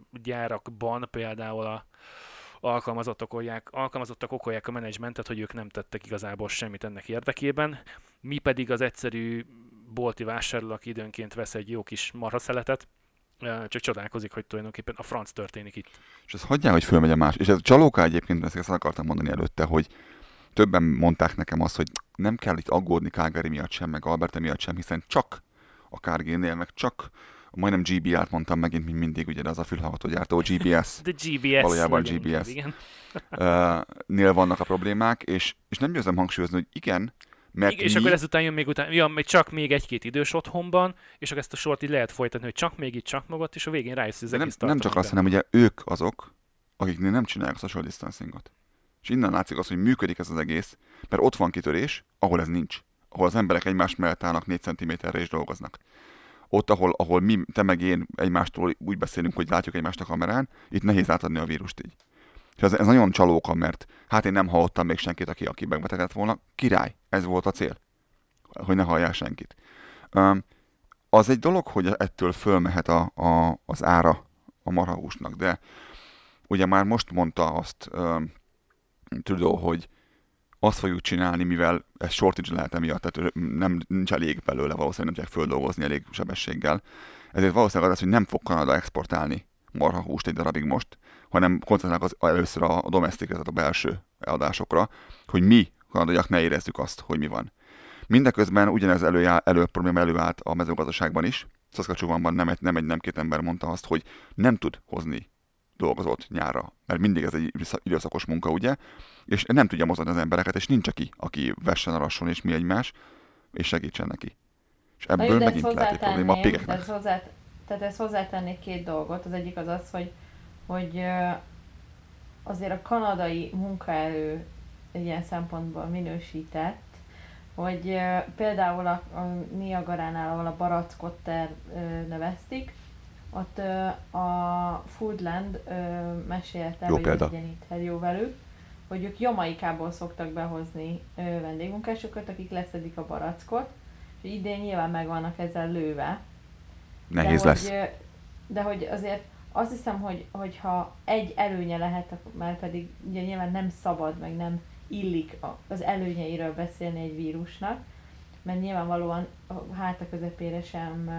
gyárakban például a alkalmazottak okolják, alkalmazottak okolják a menedzsmentet, hogy ők nem tettek igazából semmit ennek érdekében. Mi pedig az egyszerű bolti vásárló, aki időnként vesz egy jó kis marhaszeletet, csak csodálkozik, hogy tulajdonképpen a franc történik itt. És ez hagyjál, hogy fölmegy a más. És ez csalóka egyébként, ezt akartam mondani előtte, hogy többen mondták nekem azt, hogy nem kell itt aggódni Calgary miatt sem, meg Alberta miatt sem, hiszen csak a Cargill-nél, meg csak majdnem gé bé á-t mondtam megint, mint mindig, ugye, de az a fülhallgató gyártó, gé bé es. De gé bé es. Valójában gé bé es. Igen. Uh, nél vannak a problémák, és, és nem győzem hangsúlyozni, hogy igen, mert igen, és mi... akkor ezután jön még után, ja, még csak még egy-két idős otthonban, és akkor ezt a sort így lehet folytatni, hogy csak még itt, csak magad, és a végén rájössz, hogy az egész nem, nem csak azt, hanem ugye ők azok, akiknél nem csinálják a social distancingot. És innen látszik az, hogy működik ez az egész, mert ott van kitörés, ahol ez nincs. Ahol az emberek egymás mellett állnak négy centiméterre és dolgoznak. Ott, ahol, ahol mi, te meg én egymástól úgy beszélünk, hogy látjuk egymást a kamerán, itt nehéz átadni a vírust így. És ez, ez nagyon csalóka, mert hát én nem hallottam még senkit, aki, aki megbetegedett volna. Király, ez volt a cél, hogy ne halljál senkit. Um, az egy dolog, hogy ettől fölmehet a, a, az ára a marhahúsnak, de ugye már most mondta azt um, Trudeau, hogy azt fogjuk csinálni, mivel ez shortage lehet emiatt, tehát nem, nincs elég belőle, valószínűleg nem tudják földolgozni elég sebességgel. Ezért valószínűleg az, hogy nem fog Kanada exportálni marhahúst egy darabig most, hanem koncentrálnak az, először a domestic, tehát a belső eladásokra, hogy mi, kanadaiak, ne érezzük azt, hogy mi van. Mindeközben ugyanez előjá, elő, probléma előállt a mezőgazdaságban is. Saskatchewanban nem egy, nem egy, nem két ember mondta azt, hogy nem tud hozni dolgozott nyárra, mert mindig ez egy időszakos munka, ugye, és nem tudja mozgatni az embereket, és nincs aki, aki vessen a rasson, és mi egymás, és segítsen neki. És ebből megint lehet egy probléma a pégeknek. Hozzá, tehát ezt hozzátennék két dolgot. Az egyik az az, hogy, hogy azért a kanadai munkaerő ilyen szempontból minősített, hogy például a, a Niagaránál, ahol a barackot ter, növesztik, ott a Foodland mesélte, jó hogy példa. legyen itt jó velük, hogy ők Jamaikából szoktak behozni vendégmunkásokat, akik leszedik a barackot, és idén nyilván meg vannak ezzel lőve. Nehéz de lesz. Hogy, de hogy azért azt hiszem, hogy, hogyha egy előnye lehet, mert pedig ugye nyilván nem szabad, meg nem illik az előnyeiről beszélni egy vírusnak, mert nyilvánvalóan háta közepére sem,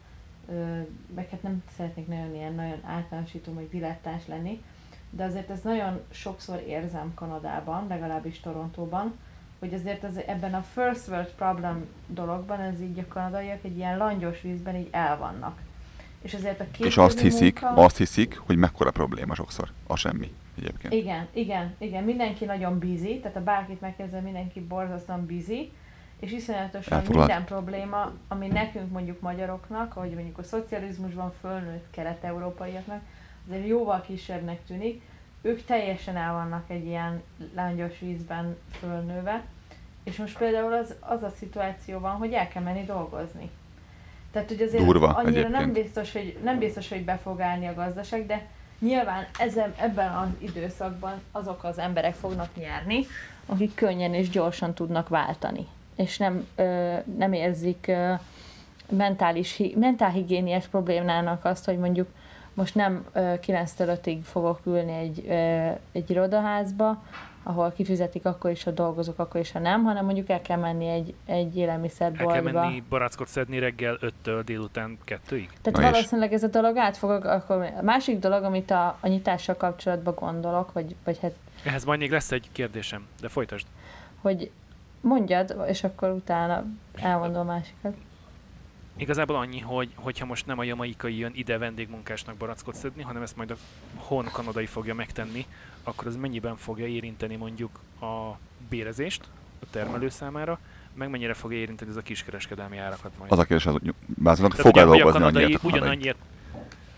meg hát nem szeretnék nagyon ilyen nagyon általánosító, vagy dilettáns lenni, de azért ez nagyon sokszor érzem Kanadában, legalábbis Torontóban, hogy azért az, ebben a first world problem dologban ez így a kanadaiak egy ilyen langyos vízben így elvannak. És azért a És azt hiszik, munka... azt hiszik, hogy mekkora probléma sokszor. A semmi egyébként. Igen, igen, igen. Mindenki nagyon busy, tehát a bárkit megkérdezem, mindenki borzasztóan busy, és iszonyatosan Elfoglalt. minden probléma, ami nekünk mondjuk magyaroknak, ahogy mondjuk a szocializmusban fölnőtt kelet-európaiaknak, azért jóval kisebbnek tűnik, ők teljesen el vannak egy ilyen langyos vízben fölnőve, és most például az, az a szituáció van, hogy el kell menni dolgozni. Tehát, hogy azért Durva, annyira egyébként. nem biztos, hogy, nem biztos, hogy be fog állni a gazdaság, de nyilván ezen, ebben az időszakban azok az emberek fognak nyerni, akik könnyen és gyorsan tudnak váltani, és nem, ö, nem érzik ö, mentális, mentálhigiéniás problémának azt, hogy mondjuk most nem ö, kilenctől ötig fogok ülni egy, ö, egy irodaházba, ahol kifizetik akkor is, ha dolgozok, akkor is, ha nem, hanem mondjuk el kell menni egy, egy élelmiszerboltba. El kell menni barackot szedni reggel öttől délután kettőig? Tehát Na valószínűleg ez a dolog át fog, akkor a másik dolog, amit a, a nyitással kapcsolatban gondolok, vagy, vagy hát... Ehhez majd még lesz egy kérdésem, de folytasd. Hogy mondjad, és akkor utána elmondom a másikat. Igazából annyi, hogy hogyha most nem a jamaikai jön ide vendégmunkásnak barackot szedni, hanem ezt majd a hon kanadai fogja megtenni, akkor az mennyiben fogja érinteni mondjuk a bérezést a termelő számára, meg mennyire fogja érinteni ez a kiskereskedelmi árakat majd. Az a kérdés, hogy bázónak Tehát fog ugye, hogy a eldolgozni kanadai annyiért a kanadai. ugyanannyiért,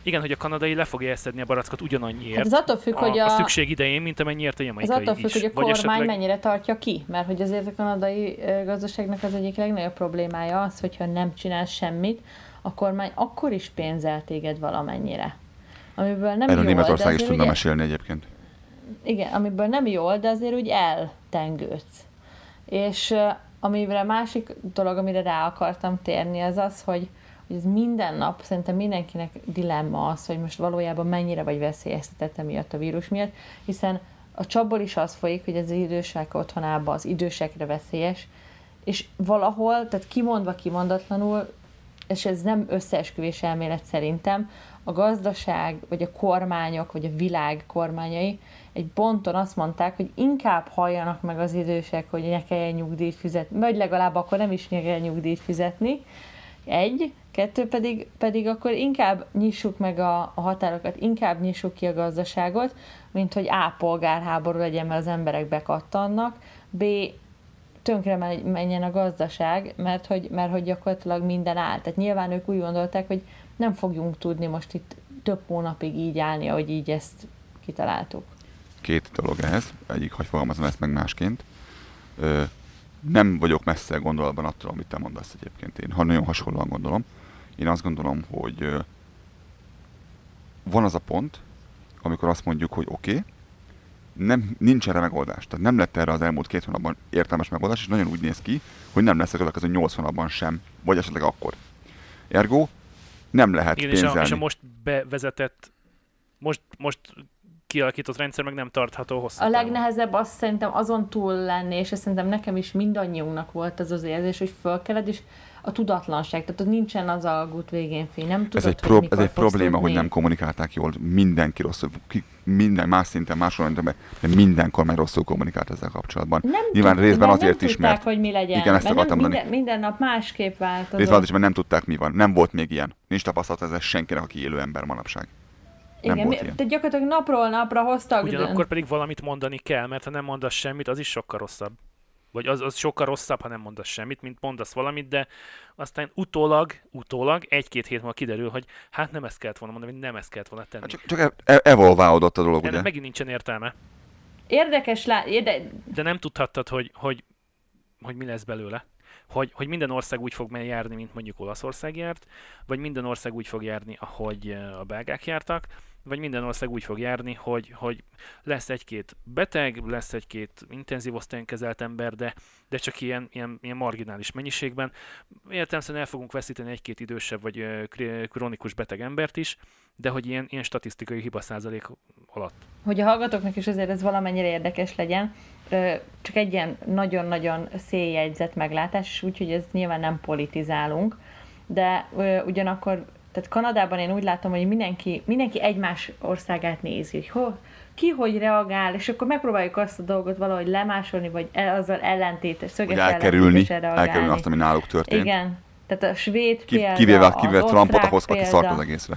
Igen, hogy a kanadai le fogja eszedni a barackot ugyanannyiért Hát ez attól függ, a, hogy a, a szükség idején, mint amennyiért a ez jamaikai attól függ, is. hogy a Vagy kormány esetleg... mennyire tartja ki, mert hogy azért a kanadai ö, gazdaságnak az egyik legnagyobb problémája az, hogyha nem csinál semmit, a kormány akkor is pénzel téged valamennyire. Amiből nem Erről jól, Németország is tudna ugye, mesélni egyébként. igen, amiből nem jól, de azért úgy eltengődsz. És uh, amire másik dolog, amire rá akartam térni, az az, hogy, hogy ez minden nap, szerintem mindenkinek dilemma az, hogy most valójában mennyire vagy veszélyeztetett emiatt a vírus miatt, hiszen a csapból is az folyik, hogy az idősek otthonában az idősekre veszélyes, és valahol, tehát kimondva kimondatlanul, és ez nem összeesküvés elmélet szerintem, a gazdaság, vagy a kormányok, vagy a világ kormányai egy ponton azt mondták, hogy inkább halljanak meg az idősek, hogy ne kelljen nyugdíjt fizetni, vagy legalább akkor nem is kell nyugdíjt fizetni. Egy, kettő pedig, pedig akkor inkább nyissuk meg a, a határokat, inkább nyissuk ki a gazdaságot, mint hogy A. polgárháború legyen, mert az emberek bekattannak, B. tönkre menjen a gazdaság, mert hogy, mert hogy gyakorlatilag minden áll. Tehát nyilván ők úgy gondolták, hogy nem fogjunk tudni most itt több hónapig így állni, ahogy így ezt kitaláltuk. Két dolog ehhez. Egyik, hogy fogalmazom ezt meg másként. Ö, nem vagyok messze gondolatban attól, amit te mondasz egyébként. Én ha nagyon hasonlóan gondolom. Én azt gondolom, hogy ö, van az a pont, amikor azt mondjuk, hogy oké, okay, nem, nincs erre megoldás. Tehát nem lett erre az elmúlt két hónapban értelmes megoldás, és nagyon úgy néz ki, hogy nem lesz a következő nyolc hónapban sem, vagy esetleg akkor. Ergo nem lehet igen, pénzelni. És a, és a most bevezetett, most, most kialakított rendszer meg nem tartható hosszú A távon. legnehezebb azt szerintem azon túl lenni, és ezt szerintem nekem is mindannyiunknak volt az az érzés, hogy fölkeled, és a tudatlanság, tehát ott nincsen az alagút végén fény, nem tudod, ez egy, hogy pro- ez egy fogsz probléma, tudni. hogy nem kommunikálták jól. Mindenki rosszul, ki, minden más szinten, máshol, de minden kormány rosszul kommunikált ezzel kapcsolatban. Nem Nyilván tud, részben nem azért tudták, is, mert... hogy mi legyen. Igen, ezt mert akartam nem, mondani. minden, minden nap másképp változott. Részben azért is, mert nem tudták, mi van. Nem volt még ilyen. Nincs tapasztalat ezzel senkinek, aki élő ember manapság. Nem igen, volt mi, ilyen. tehát gyakorlatilag napról napra hoztak. Ugyanakkor pedig valamit mondani kell, mert ha nem mondasz semmit, az is sokkal rosszabb. Vagy az, az sokkal rosszabb, ha nem mondasz semmit, mint mondasz valamit, de aztán utólag, utólag egy-két hét múlva kiderül, hogy hát nem ezt kellett volna mondani, vagy nem ezt kellett volna tenni. Hát csak, csak e- e- evolválódott a dolog, Ennek ugye? megint nincsen értelme. Érdekes lá... Érde... De nem tudhattad, hogy, hogy, hogy mi lesz belőle. Hogy, hogy minden ország úgy fog járni, mint mondjuk Olaszország járt, vagy minden ország úgy fog járni, ahogy a belgák jártak, vagy minden ország úgy fog járni, hogy, hogy lesz egy-két beteg, lesz egy-két intenzív osztályon kezelt ember, de, de csak ilyen, ilyen, ilyen marginális mennyiségben. Értelemszerűen el fogunk veszíteni egy-két idősebb vagy krónikus beteg embert is, de hogy ilyen, ilyen statisztikai hiba százalék alatt. Hogy a hallgatóknak is azért ez valamennyire érdekes legyen, csak egy ilyen nagyon-nagyon széljegyzett meglátás, és úgyhogy ez nyilván nem politizálunk, de ugyanakkor, tehát Kanadában én úgy látom, hogy mindenki, mindenki egymás országát nézi, hogy ho, ki hogy reagál, és akkor megpróbáljuk azt a dolgot valahogy lemásolni, vagy el, azzal ellentétes, szöges elkerülni, reagálni. elkerülni azt, ami náluk történt. Igen, tehát a svéd Ki, példa, kivéve, kivéve az Trumpot, osztrák ahhoz, aki példa. szart az egészre.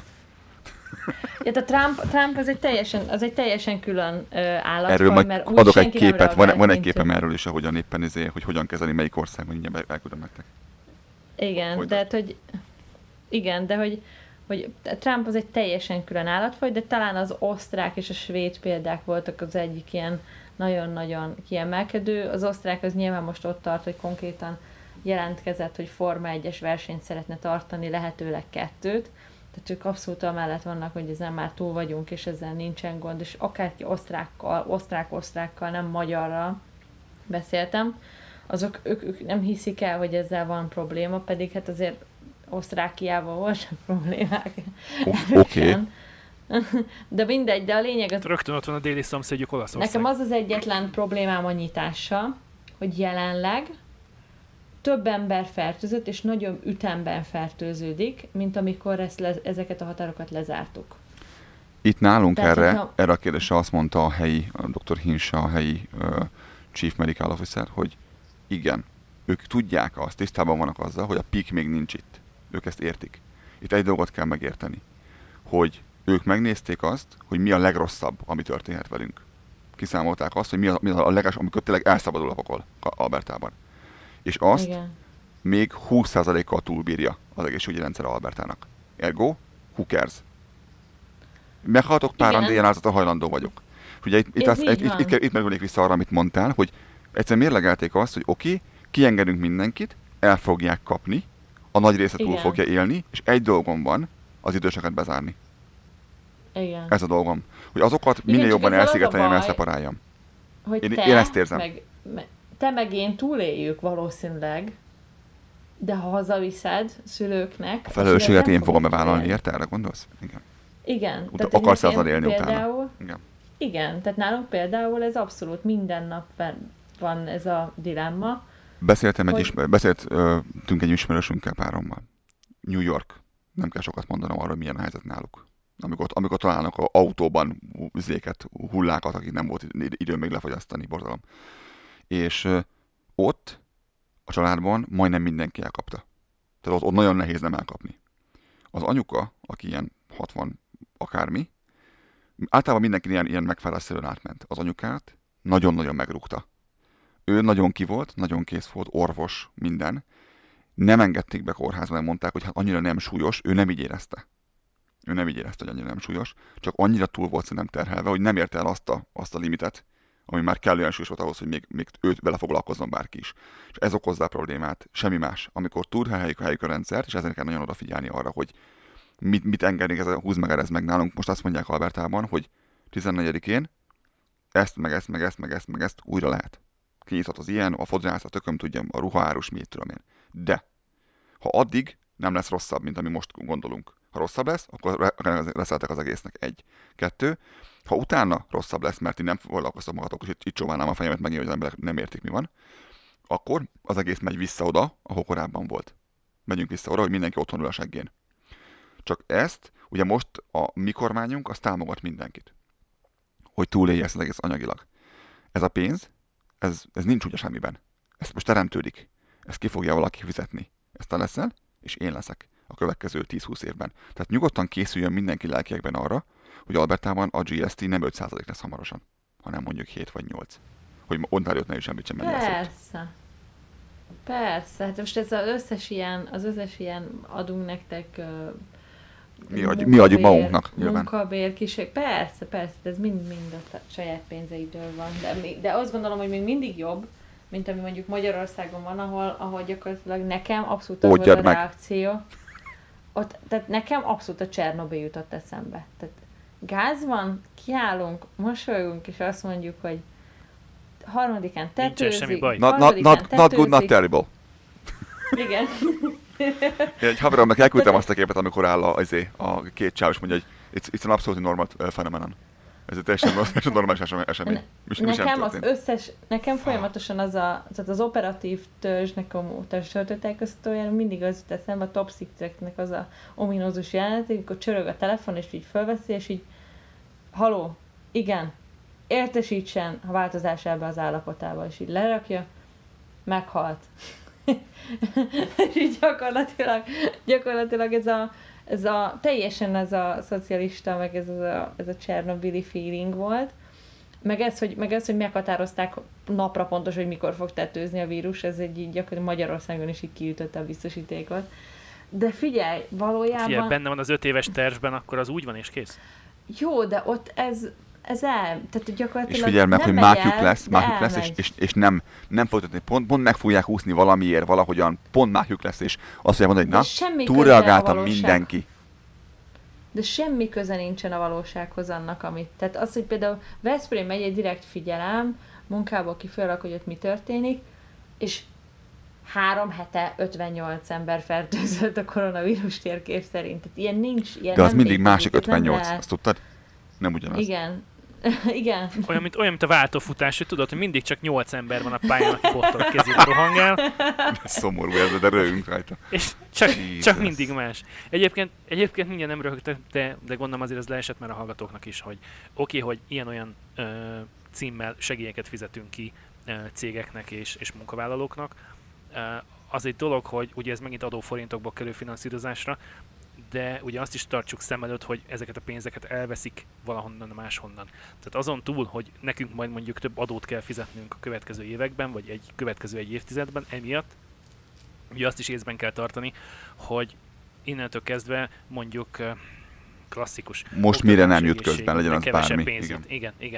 Ja, a Trump, Trump az egy teljesen, az egy teljesen külön uh, állatfaj, Erről majd mert adok egy senki nem képet, van, reagált, van egy mint képem ő. erről is, ahogyan éppen izé, hogy hogyan kezeli melyik országban, mindjárt elküldöm nektek. Igen, Folytat. de hát, hogy igen, de hogy, hogy Trump az egy teljesen külön állatfaj, de talán az osztrák és a svéd példák voltak az egyik ilyen nagyon-nagyon kiemelkedő. Az osztrák az nyilván most ott tart, hogy konkrétan jelentkezett, hogy Forma egyes versenyt szeretne tartani, lehetőleg kettőt. Tehát ők abszolút amellett vannak, hogy ezen már túl vagyunk, és ezzel nincsen gond, és akárki osztrákkal, osztrák-osztrákkal, nem magyarral beszéltem, azok ők, ők nem hiszik el, hogy ezzel van probléma, pedig hát azért Osztrákiában voltak problémák. Oké. Okay. De mindegy, de a lényeg az... Rögtön ott van a déli szomszédjuk Olaszország. Nekem az az egyetlen problémám a nyitással, hogy jelenleg több ember fertőzött, és nagyobb ütemben fertőződik, mint amikor ezt le, ezeket a határokat lezártuk. Itt nálunk Tehát, erre, hogyha- erre a kérdésre azt mondta a helyi, a doktor Hinsa, a helyi uh, Chief Medical Officer, hogy igen, ők tudják azt, tisztában vannak azzal, hogy a peak még nincs itt. Ők ezt értik. Itt egy dolgot kell megérteni, hogy ők megnézték azt, hogy mi a legrosszabb, ami történhet velünk. Kiszámolták azt, hogy mi a, mi a leges, amikor tényleg elszabadul a pokol Albertában. És azt Igen. még húsz százalékkal túlbírja az egészségügyi rendszer Albertának. Ergo, who cares? Meghaltok páran, Igen. de ilyen áldozatra hajlandó vagyok. Ugye itt, itt, Ez azt, így itt, itt, van. itt, itt merülnék vissza arra, amit mondtál, hogy egyszerűen mérlegelték azt, hogy oké, kiengedünk mindenkit, el fogják kapni, a nagy része túl Igen. fogja élni, és egy dolgom van, az időseket bezárni. Igen. Ez a dolgom. Hogy azokat Igen, minél csak jobban ezzel az a elszigeteljem, baj, elszeparáljam. Hogy Én- te, én ezt érzem. Meg, me, te meg én túléljük valószínűleg, de ha hazaviszed szülőknek... A felelősséget nem én fogom fogod bevállalni, túlélni. érte? Erre gondolsz? Igen. Igen. Uta- tehát akarsz nekem azzal élni utána. például, Igen. Igen, tehát nálunk például ez abszolút minden nap van- van ez a dilemma. Beszéltem egy Hogy- ismer- beszéltünk egy ismerősünkkel párommal. New York. Nem kell sokat mondanom arra, hogy milyen a helyzet náluk. Amikor, amikor találnak a autóban zéket, hullákat, akik nem volt idő még lefogyasztani, borzalom. És ö, ott a családban majdnem mindenki elkapta. Tehát ott, ott nagyon nehéz nem elkapni. Az anyuka, aki ilyen hatvan akármi, általában mindenki ilyen, ilyen megfárásszerűen átment. Az anyukát nagyon-nagyon megrúgta. Ő nagyon ki volt, nagyon kész volt, orvos, minden. Nem engedték be kórházba, mert mondták, hogy hát annyira nem súlyos, ő nem így érezte. Ő nem így érezte, hogy annyira nem súlyos, csak annyira túl volt szerintem terhelve, hogy nem érte el azt a, azt a limitet, ami már kellően súlyos volt ahhoz, hogy még, még őt vele foglalkozzon bárki is. És ez okozza a problémát, semmi más. Amikor túlterheljük a helyük a rendszert, és ezért kell nagyon odafigyelni arra, hogy mit, mit engednék, ez a húz meg, erez meg nálunk. Most azt mondják Albertában, hogy tizennegyedikén ezt, meg ezt, meg ezt, meg ezt, meg ezt újra lehet. Kinyithat az ilyen, a fodrász, a tököm tudja, a ruhaárus, mit tudom én. De ha addig nem lesz rosszabb, mint ami most gondolunk. Ha rosszabb lesz, akkor leszeltek az egésznek. Egy. Kettő. Ha utána rosszabb lesz, mert ti nem foglalkoztok magatok, és itt, itt csóválnám a fejemet megint, hogy az emberek nem értik, mi van, akkor az egész megy vissza oda, ahol korábban volt. Megyünk vissza oda, hogy mindenki otthon ül a seggén. Csak ezt, ugye most a mi kormányunk, az támogat mindenkit. Hogy túlélje ezt az egész anyagilag. Ez a pénz, ez, ez nincs ugye semmiben. Ez most teremtődik. Ezt ki fogja valaki fizetni. Ezt te leszel, és én leszek a következő tíz-húsz évben. Tehát nyugodtan készüljön mindenki lelkiekben arra, hogy Albertában a gé es té nem öt százalék lesz hamarosan, hanem mondjuk hét vagy nyolc. Hogy Ontario ne is semmit sem menni lesz. Persze. Persze. Hát most ez az összes ilyen, az összes ilyen adunk nektek uh, Mi, adj, mi adjuk munkabér- magunknak, nyilván. Munkabér, kiség. Persze, persze, de ez mind-mind a saját pénzeidől van. De, mi- de azt gondolom, hogy még mindig jobb, mint ami mondjuk Magyarországon van, ahol, ahol gyakorlatilag nekem abszolút az volt Oldjad a meg. reakció. Ott, tehát nekem abszolút a Csernobil jutott eszembe. Tehát gáz van, kiállunk, mosolyunk, és azt mondjuk, hogy harmadikán Nincsen tetőzik, semmi baj. Not, not, harmadikán not, not good, not tetőzik. terrible. Igen. Én egy haveromnak elküldtem azt a képet, amikor áll a, azért, a két csáv, és mondja, hogy it's, it's an absolutely normal uh, phenomenon. Ez egy teljesen, teljesen normális esem- esemény. Mi, mi sem Nekem az történt. összes, nekem folyamatosan az a, tehát az operatív törzsnek a sajtótájékoztatójára mindig az jut eszembe, a Top Secretnek az a ominózus jelenet, amikor csörög a telefon, és így fölveszi, és így haló, igen, értesítsen a változás ebbe az állapotába, és így lerakja, meghalt. És így gyakorlatilag, gyakorlatilag ez a, ez a, teljesen ez a szocialista, meg ez a, ez a Csernobili feeling volt. Meg ez, hogy, meg ez, hogy meghatározták napra pontos, hogy mikor fog tetőzni a vírus, ez egy így gyakorlatilag Magyarországon is így kiütötte a biztosítékot. De figyelj, valójában... Figyelj, benne van az öt éves tervben, akkor az úgy van és kész. Jó, de ott ez, ez el, tehát gyakorlatilag És figyelj meg, nem hogy megy mákjuk el, lesz, de mákjuk lesz, és, elmegy. és, és nem, nem folytatni. Pont, pont meg fogják úszni valamiért, valahogyan, pont mákjuk lesz, és azt fogják mondani, De hogy semmi na, köze túlreagáltam a valóság- mindenki. De semmi köze nincsen a valósághoz annak, amit... Tehát az, hogy például Veszprém megy egy direkt figyelem, munkából kifolyólag, hogy ott mi történik, és három hete ötvennyolc ember fertőzött a koronavírus térkép szerint. Tehát ilyen nincs, ilyen De az nem mindig létezik, másik ez nem ötvennyolc, lehet. azt tudtad? Nem ugyanaz. Igen. Igen. Olyan, mint, olyan, mint a váltófutás, hogy tudod, hogy mindig csak nyolc ember van a pályán, aki bottal a kezébe rohangál, Szomorú ez, de röhögünk rajta. és csak, Jesus. csak mindig más. Egyébként, egyébként mindjárt nem röhögtek, de, de gondolom azért ez leesett már a hallgatóknak is, hogy oké, okay, hogy ilyen-olyan ö, címmel segélyeket fizetünk ki ö, cégeknek és, és munkavállalóknak. Ö, az egy dolog, hogy ugye ez megint adóforintokból kerül finanszírozásra, de ugye azt is tartsuk szem előtt, hogy ezeket a pénzeket elveszik valahonnan máshonnan. Tehát azon túl, hogy nekünk majd mondjuk több adót kell fizetnünk a következő években, vagy egy következő egy évtizedben emiatt, ugye azt is észben kell tartani, hogy innentől kezdve mondjuk klasszikus. Most mire nem jut közben, legyen az bármi. Igen, igen. igen.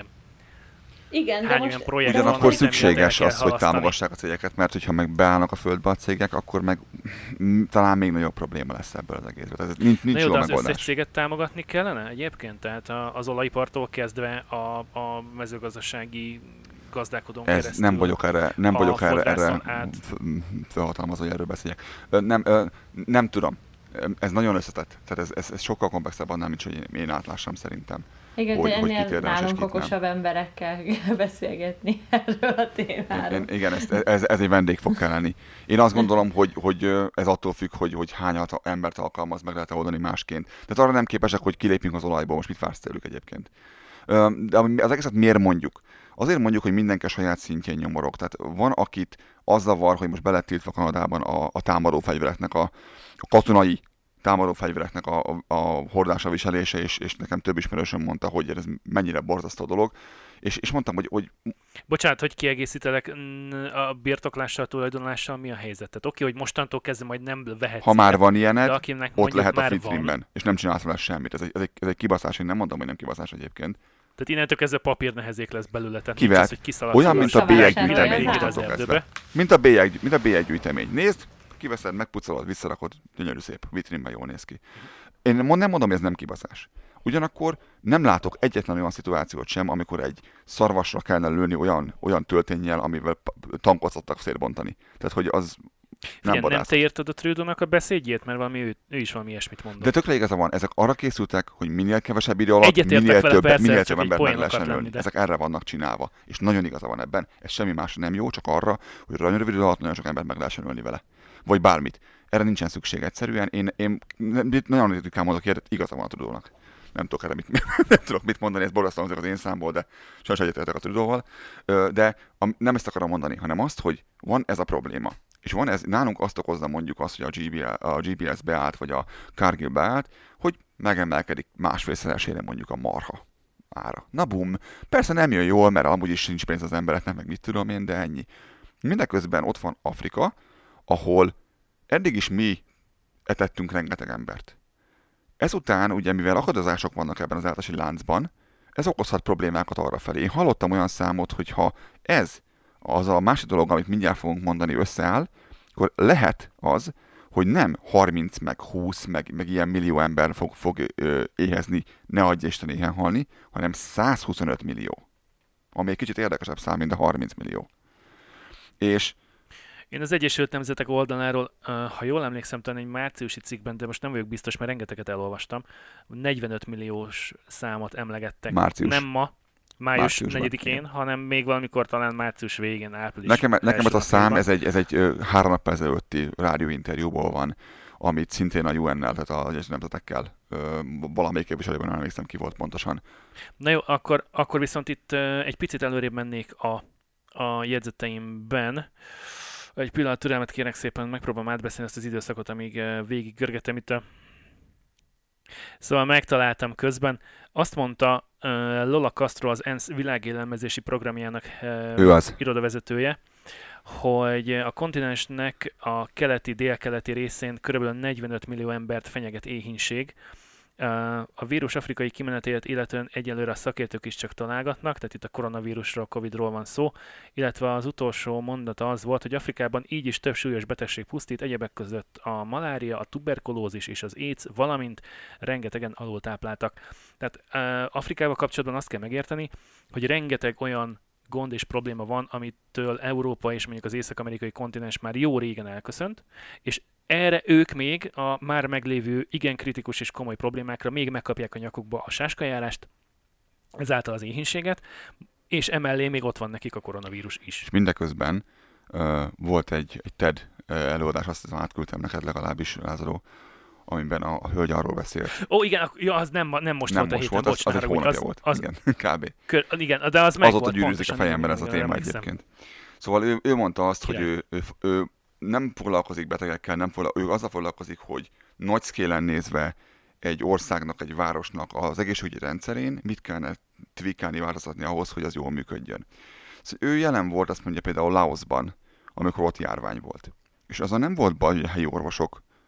Igen, Hány de olyan most... projekt Ugyanakkor van, szükséges amit az, hogy támogassák a cégeket, mert hogyha meg beállnak a földbe a cégek, akkor meg m- talán még nagyobb probléma lesz ebből az egészből. Ez nincs, nincs Na jó, jó de az megoldás. összes céget támogatni kellene egyébként? Tehát az olajipartól kezdve a, a mezőgazdasági gazdálkodón Ez keresztül. nem vagyok erre, nem a vagyok erre, erre fodrászon át. felhatalmazó, hogy erről beszéljek. Ö, Nem, ö, nem tudom. Ez nagyon összetett. Tehát ez, ez, ez sokkal komplexebb annál, mint hogy én átlássam szerintem. Igen, hogy- hogy, hogy ennél kit érdemes és nálunk kit nem. okosabb emberekkel kell beszélgetni erről a Én, témáról. én, igen, ez, ez, ez egy vendégfog kell lenni. Én azt gondolom, hogy, hogy ez attól függ, hogy, hogy hány embert alkalmaz, meg lehet oldani másként. Tehát arra nem képesek, hogy kilépjünk az olajból, most mit vársz tőlük egyébként. Ö, De az egészet miért mondjuk? Azért mondjuk, hogy mindenki a saját szintjén nyomorog. Tehát van, akit az zavar, hogy most be lett tiltva Kanadában a, a támadó fegyvereknek, a, a katonai támadó fegyvereknek a, a, a hordása viselése, és, és nekem több ismerősöm mondta, hogy ez mennyire borzasztó dolog. És, és mondtam, hogy, hogy Bocsánat, hogy kiegészítelek, a birtoklással, a tulajdonlással mi a helyzet? Tehát oké, hogy mostantól kezdve majd nem vehetsz. ha már van de ilyened, akinek ott mondjuk lehet a már Fitrimben, van. és nem csinálsz vele semmit. Ez egy, ez, egy, ez egy kibaszás, én nem mondom, hogy nem kibaszás egyébként. Tehát innentől kezdve papír nehezék lesz belőle. Tehát Kivel? nincs az, hogy kiszaladsz Olyan, a mint a Savárság bélyeggyűjtemény, végén az onnantól erdőbe. kezdve. Mint a bélyeg, mint a bélyeggyűjtemény. Nézd, kiveszed, megpucolod, visszarakod, gyönyörű szép, vitrínben jól néz ki. Én nem nem mondom, hogy ez nem kibaszás. Ugyanakkor nem látok egyetlen olyan szituációt sem, amikor egy szarvasra kellene lőni olyan, olyan tölténnyel, amivel p- tankot szoktak szétbontani. Tehát, hogy az nem Igen, nem vadász. te írtad a Trudeau-nak a beszédjét, mert valami ő, ő is valami ilyesmit mondott. De tökre igaza van, ezek arra készültek, hogy minél kevesebb idő alatt, Egyetértek minél vele, több, persze, minél csak több egy embert meg poén akart lehessen lenni, ölni. de- Ezek erre vannak csinálva. És nagyon igaza van ebben. Ez semmi másra nem jó, csak arra, hogy nagyon rövid idő alatt nagyon sok embert meg lehessen ölni vele. Vagy bármit. Erre nincsen szükség egyszerűen. Én, én nagyon ritkán mondok ilyet, igaza van a Trudeaunak. Nem tudok erre mit, nem tudok mit mondani, ez borzasztóan az én számból, de sajnos egyetértek a Trudeauval. Ö, De a, nem ezt akarom mondani, hanem azt, hogy van ez a probléma. És van ez, nálunk azt okozza mondjuk azt, hogy a, gé bé, a gé bé es beállt, vagy a Cargill beállt, hogy megemelkedik másfélszeresére mondjuk a marha ára. Na bum, persze nem jön jól, mert amúgy is sincs pénz az embereknek, meg mit tudom én, de ennyi. Mindeközben ott van Afrika, ahol eddig is mi etettünk rengeteg embert. Ezután, ugye, mivel akadozások vannak ebben az ellátási láncban, ez okozhat problémákat arrafelé. Én hallottam olyan számot, hogy ha ez az a másik dolog, amit mindjárt fogunk mondani, összeáll, akkor lehet az, hogy nem harminc, meg húsz, meg, meg ilyen millió ember fog, fog ö, éhezni, ne adja Isten éhen halni, hanem százhuszonöt millió. Ami egy kicsit érdekesebb szám, mint a harminc millió. És Én az Egyesült Nemzetek oldaláról, uh, ha jól emlékszem, talán egy márciusi cikkben, de most nem vagyok biztos, mert rengeteget elolvastam, negyvenöt milliós számot emlegettek. Március. Nem ma, május Márciusban, negyedikén, igen. hanem még valamikor talán március végén, április. nekem, nekem ez első a szám, napjában. ez egy, ez egy ö, három nappal ezelőtti rádióinterjúból van, amit szintén a u en-nel, tehát az Egyesült Nemzetekkel ö, valamelyik képviselőben nem emlékszem ki volt pontosan. Na jó, akkor, akkor viszont itt uh, egy picit előrébb mennék a, a jegyzeteimben. Egy pillanat türelmet kérek szépen, megpróbálom átbeszélni ezt az időszakot, amíg uh, végig görgetem itt a... Szóval megtaláltam közben. Azt mondta uh, Lola Castro, az ENSZ világélelmezési programjának uh, Ő az. irodavezetője, hogy a kontinensnek a keleti, délkeleti részén körülbelül negyvenöt millió embert fenyeget éhínség. A vírus afrikai kimenetét illetően egyelőre a szakértők is csak találgatnak, tehát itt a koronavírusról, a Covidról van szó, illetve az utolsó mondata az volt, hogy Afrikában így is több súlyos betegség pusztít, egyebek között a malária, a tuberkulózis és az AIDS, valamint rengetegen alultápláltak. Tehát Afrikával kapcsolatban azt kell megérteni, hogy rengeteg olyan gond és probléma van, amitől Európa és mondjuk az észak-amerikai kontinens már jó régen elköszönt, és erre ők még a már meglévő igen kritikus és komoly problémákra még megkapják a nyakukba a sáskajárást, ezáltal az éhínséget, és emellé még ott van nekik a koronavírus is. És mindeközben uh, volt egy, egy TED előadás, azt hiszem átküldtem neked legalábbis, Lázadó, amiben a, a hölgy arról beszélt. Ó, igen, ja, az nem, nem most Nem volt most a héten, volt, az, bocs, az egy ne haragudj, hónapja volt. Az, Igen, kb. Kör, igen, de az meg Azóta volt gyűrűzik a pontosan, fejemben igen, ez a igen, téma emlékszem. egyébként. Szóval ő, ő mondta azt, Király. hogy ő, ő, ő nem foglalkozik betegekkel, nem foglalkozik, ő azzal foglalkozik, hogy nagy szkélen nézve egy országnak, egy városnak az egészségügyi rendszerén mit kellene tweakálni, változtatni ahhoz, hogy az jól működjön. Szóval ő jelen volt, azt mondja például Laosban, amikor ott járvány volt. És azon nem volt baj, hogy a helyi orvosok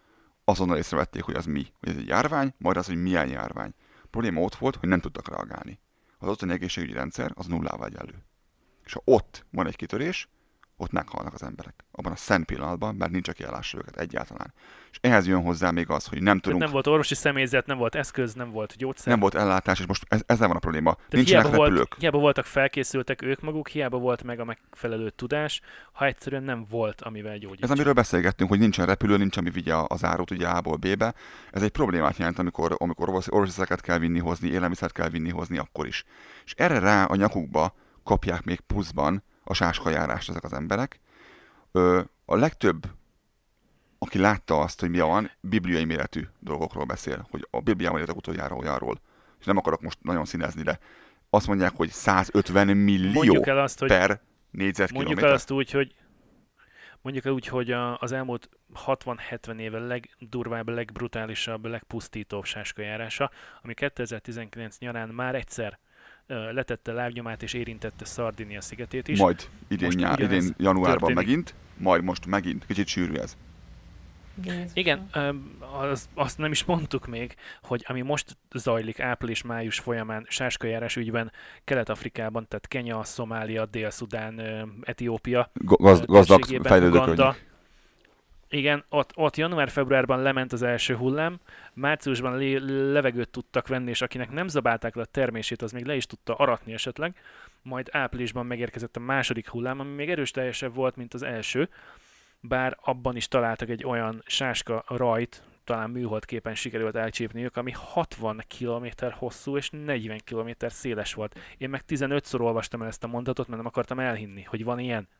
azonnal észrevették, hogy az mi, hogy ez egy járvány, majd az, hogy milyen járvány. A probléma ott volt, hogy nem tudtak reagálni. Az ottani egészségügyi rendszer az nullává egyenlő. És ha ott van egy kitörés, ott meghalnak az emberek. Abban a szent pillanatban, mert nincs, aki ellássa őket egyáltalán. És ehhez jön hozzá még az, hogy nem tudunk... Nem volt orvosi személyzet, nem volt eszköz, nem volt gyógyszer. Nem volt ellátás, és most ez, ezzel van a probléma. Tehát Nincsenek hiába repülők. Volt, hiába voltak felkészültek ők maguk, hiába volt meg a megfelelő tudás, ha egyszerűen nem volt, amivel gyógyítani. Ez amiről beszélgettünk, hogy nincsen repülő, nincs, ami vigye az árut ugye A-ból B-be. Ez egy problémát jelent, amikor, amikor orvosi kell vinni, hozni, élelmiszert kell vinni, hozni, akkor is. És erre rá a nyakukba kapják még pluszban a sáskajárást ezek az emberek. Ö, a legtöbb, aki látta azt, hogy mi van, bibliai méretű dolgokról beszél, hogy a Bibliában írtak utoljára olyanról, és nem akarok most nagyon színezni, de azt mondják, hogy százötven millió el azt, hogy, per négyzetkilométer. Mondjuk el azt úgy, hogy mondjuk el úgy, hogy a, az elmúlt hatvan-hetven éve legdurvább, legbrutálisabb, legpusztítóbb sáskajárása, ami kétezer-tizenkilenc nyarán már egyszer uh, letette lábnyomát és érintette Szardinia szigetét is. Majd idén, nyár, idén januárban történik. Megint, majd most megint. Kicsit sűrű ez. Jézus. Igen, az, azt nem is mondtuk még, hogy ami most zajlik április-május folyamán sáskajárás ügyben Kelet-Afrikában, tehát Kenya, Szomália, Dél-Szudán, Etiópia, Gaz, gazdag fejlődő környék. Igen, ott, ott január-februárban lement az első hullám, márciusban lé, levegőt tudtak venni, és akinek nem zabálták le a termését, az még le is tudta aratni esetleg, majd áprilisban megérkezett a második hullám, ami még erőteljesebb volt, mint az első, bár abban is találtak egy olyan sáska rajt, talán műholdképen sikerült elcsípniük, ami hatvan kilométer hosszú és negyven kilométer széles volt. Én meg tizenötször olvastam el ezt a mondatot, mert nem akartam elhinni, hogy van ilyen.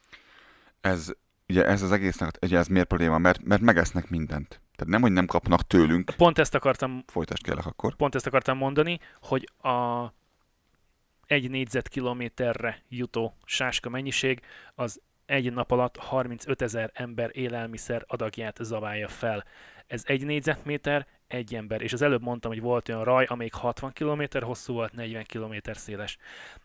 Ez, ugye ez az egésznek, ugye ez miért probléma? Mert, mert megesznek mindent. Tehát nem, hogy nem kapnak tőlünk. Pont ezt akartam, Folytasd kérlek akkor. Pont ezt akartam mondani, hogy a egy négyzetkilométerre jutó sáska mennyiség az egy nap alatt harmincötezer ember élelmiszer adagját zabálja fel. Ez egy négyzetméter, egy ember. És az előbb mondtam, hogy volt olyan raj, amelyik hatvan kilométer hosszú volt, negyven kilométer széles.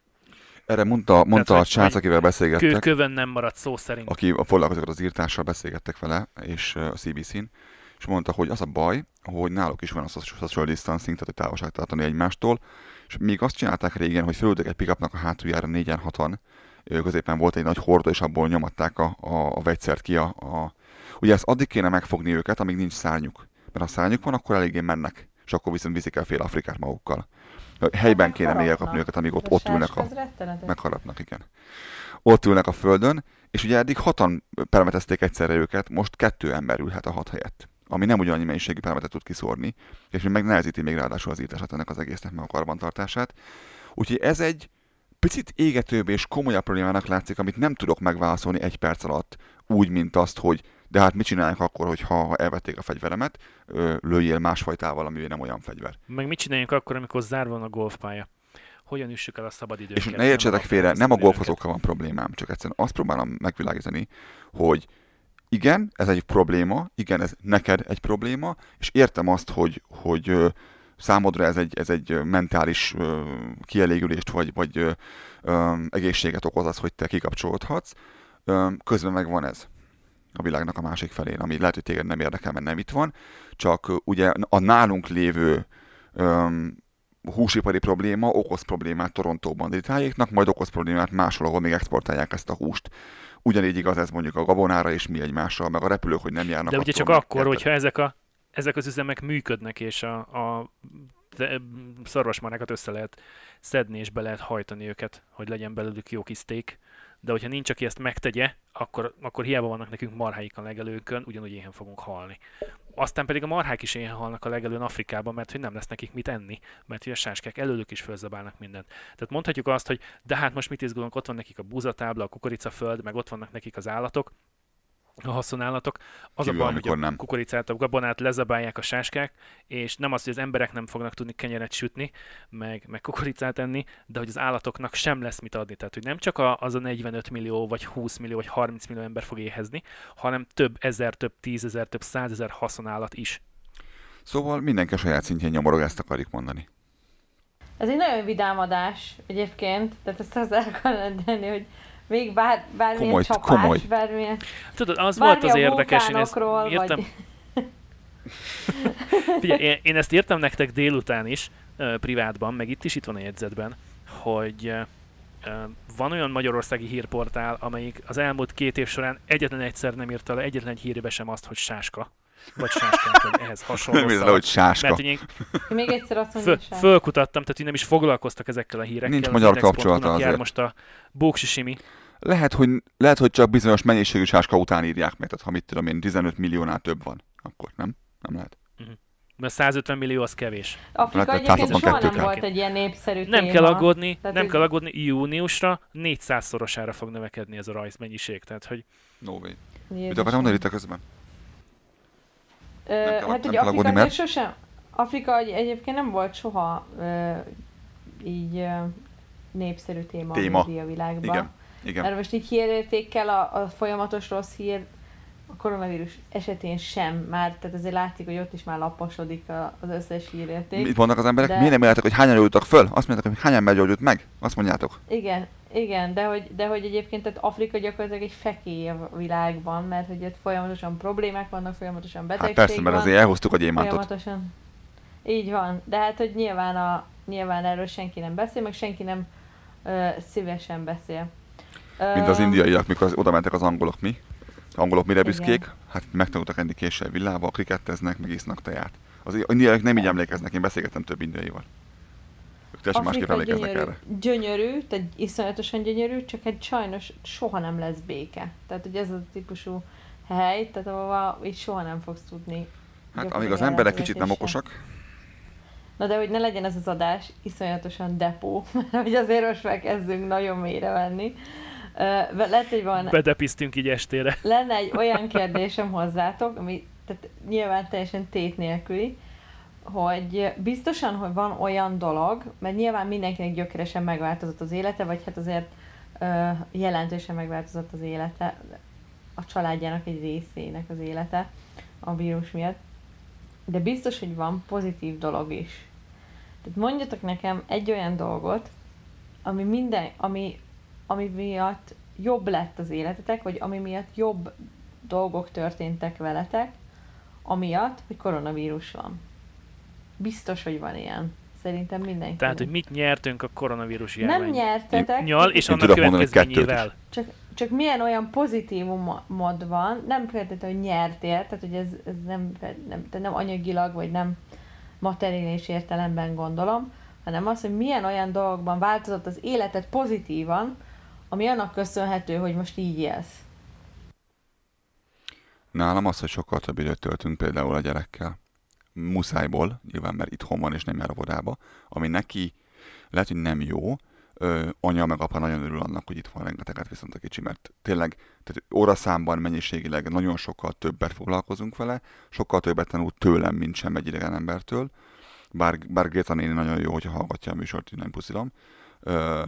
Erre mondta, mondta Tehát, a srác, akivel beszélgettek. Kő, kövön nem maradt szó szerint. Aki a foglalkozott az írtással, beszélgettek vele, és a cé bé cén, és mondta, hogy az a baj, hogy náluk is van a social distancing, tehát hogy távolság tartani egymástól, és még azt csinálták régen, hogy felültek egy pickupnak a hátuljára négyen hatan, középen volt egy nagy horda, és abból nyomatták a, a, a vegyszert ki. A, a... Ugye ezt addig kéne megfogni őket, amíg nincs szárnyuk. Mert ha szárnyuk van, akkor eléggé mennek, és akkor viszont viszik el fél Afrikát magukkal. Helyben kéne még elkapni őket, amíg ott, ott ülnek a... Megharapnak, igen. Ott ülnek a földön, és ugye eddig hatan permetezték egyszerre őket, most kettő ember ülhet a hat helyett. Ami nem ugyanannyi mennyiségű permetet tud kiszórni, és még megnehezíti még ráadásul az írtását ennek az egésznek, meg a karbantartását. Úgyhogy ez egy picit égetőbb és komolyabb problémának látszik, amit nem tudok megválaszolni egy perc alatt, úgy, mint azt, hogy de hát mit csinálják akkor, hogyha elvették a fegyveremet, lőjél másfajtával, ami nem olyan fegyver. Meg mit csináljunk akkor, amikor zárva van a golfpálya? Hogyan üssük el a szabadidőnket? És ne értsetek félre, nem a golfozókkal van problémám, csak egyszerűen azt próbálom megvilágítani, hogy igen, ez egy probléma, igen, ez neked egy probléma, és értem azt, hogy, hogy számodra ez egy, ez egy mentális uh, kielégülést vagy, vagy uh, um, egészséget okoz az, hogy te kikapcsolódhatsz. Um, közben meg van ez a világnak a másik felén, ami lehet, hogy téged nem érdekel, mert nem itt van, csak uh, ugye a nálunk lévő um, húsipari probléma okoz problémát Torontóban britániáknak, majd okoz problémát máshol, ahol még exportálják ezt a húst. Ugyanígy igaz ez mondjuk a gabonára és mi egymással, meg a repülők, hogy nem járnak. De ugye csak akkor, érted? Hogyha ezek a ezek az üzemek működnek, és a, a szarvasmarhákat össze lehet szedni, és be lehet hajtani őket, hogy legyen belőlük jó kis steak. De hogyha nincs, aki ezt megtegye, akkor, akkor hiába vannak nekünk marháik a legelőkön, ugyanúgy éhen fogunk halni. Aztán pedig a marhák is éhen halnak a legelőn Afrikában, mert hogy nem lesz nekik mit enni, mert hogy a sáskák előlük is fölzabálnak mindent. Tehát mondhatjuk azt, hogy de hát most mit izgulunk, ott van nekik a búzatábla, a kukoricaföld, meg ott vannak nekik az állatok, a haszonállatok. Az Kívül, a baj, hogy a nem. kukoricát, a gabonát lezabálják a sáskák, és nem az, hogy az emberek nem fognak tudni kenyeret sütni, meg, meg kukoricát enni, de hogy az állatoknak sem lesz mit adni. Tehát, hogy nem csak a, az a negyvenöt millió, vagy húsz millió, vagy harminc millió ember fog éhezni, hanem több ezer, több tízezer, több százezer haszonállat is. Szóval mindenki a saját szintjén nyomorog, ezt akarjuk mondani. Ez egy nagyon vidám adás egyébként, tehát ezt az el kellene tenni, hogy még bár, bármilyen komoly, csapás, komoly. bármilyen... Tudod, az volt az érdekes, én ezt írtam. Vagy... Figyelj, én, én ezt írtam nektek délután is, uh, privátban, meg itt is itt van a jegyzetben, hogy uh, van olyan magyarországi hírportál, amelyik az elmúlt két év során egyetlen egyszer nem írta le egyetlen egy hírébe sem azt, hogy sáska. Vagy sáskák, vagy ehhez hasonló. Nem írta le, hogy sáska. Mert, én... Még egyszer azt mondja, föl, fölkutattam, tehát hogy nem is foglalkoztak ezekkel a hírekkel. Nincs magyar kapcsolata azért. Most a Bóksisimi. Lehet hogy, lehet, hogy csak bizonyos mennyiségű sáska után írják meg, tehát ha mit tudom én, tizenöt milliónál több van, akkor nem? Nem lehet. Uh-huh. Mert százötven millió az kevés. Afrika egyébként soha nem volt egy ilyen népszerű Nem téma. kell aggódni, tehát nem hogy... kell aggódni, júniusra négyszázszorosára fog növekedni ez a rajzmennyiség, tehát hogy... No way. Mit akartam mondani itt a közben? Ö, kell, hát ugye Afrika mert... sosem... Afrika egyébként nem volt soha ö, így ö, népszerű téma, téma. a világban. Igen. Igen. Mert most így hírértékkel a, a folyamatos rossz hír a koronavírus esetén sem már, tehát azért látszik, hogy ott is már laposodik az összes hírérték. Mit mondnak az emberek? De... Miért nem éltek, hogy hányan gyógyultak föl? Azt mondjátok, hogy hányan meggyógyult meg? Azt mondjátok. Igen, igen, de hogy, de hogy egyébként tehát Afrika gyakorlatilag egy fekély a világban, mert hogy ott folyamatosan problémák vannak, folyamatosan betegség Hát persze, mert van, azért elhoztuk a gyémántot. Folyamatosan. Így van, de hát hogy nyilván, a, nyilván erről senki nem beszél, meg senki nem ö, szívesen beszél. Mint az indiaiak, mikor oda mentek az angolok, mi? Az angolok mire büszkék? Hát megtanultak enni késsel, villával, kriketteznek, meg isznak teját. Az indiaiak nem így emlékeznek, én beszélgettem több indiaival. Ők teljesen másképp emlékeznek gyönyörű, erre. Gyönyörű, tehát iszonyatosan gyönyörű, csak egy sajnos soha nem lesz béke. Tehát, hogy ez a típusú hely, tehát ahova így soha nem fogsz tudni. Hát amíg az emberek kicsit nem okosak. Na de hogy ne legyen ez az adás iszonyatosan depó, mert hogy azért most már kezdünk nagyon mélyre venni. Uh, lehet, hogy van... Bedepiztünk így estére. Lenne egy olyan kérdésem hozzátok, ami tehát nyilván teljesen tét nélküli, hogy biztosan, hogy van olyan dolog, mert nyilván mindenkinek gyökeresen megváltozott az élete, vagy hát azért uh, jelentősen megváltozott az élete, a családjának egy részének az élete a vírus miatt, de biztos, hogy van pozitív dolog is. Tehát mondjatok nekem egy olyan dolgot, ami minden, ami ami miatt jobb lett az életetek, vagy ami miatt jobb dolgok történtek veletek, amiatt, hogy koronavírus van. Biztos, hogy van ilyen. Szerintem mindenki. Tehát, hogy mit nyertünk a koronavírus járvány. Nem nyertetek. Nyal, és annak következményével. Csak, csak milyen olyan pozitívumod van, nem feltétlenül, hogy nyertél, tehát hogy ez, ez nem, nem, nem anyagilag, vagy nem materiális értelemben gondolom, hanem az, hogy milyen olyan dolgokban változott az életed pozitívan, ami annak köszönhető, hogy most így élsz. Nálam az, hogy sokkal több időt töltünk például a gyerekkel. Muszájból, nyilván mert itthon van és nem jár a vodába, ami neki lehet, hogy nem jó. Ö, anya meg apa nagyon örül annak, hogy itt van rengeteget viszont a kicsi, mert tényleg tehát óraszámban mennyiségileg nagyon sokkal többet foglalkozunk vele, sokkal többet tanul tőlem, mint sem egy idegen embertől. Bár, bár Gréta néni nagyon jó, hogyha hallgatja a műsort, így nem puszilom. Ö,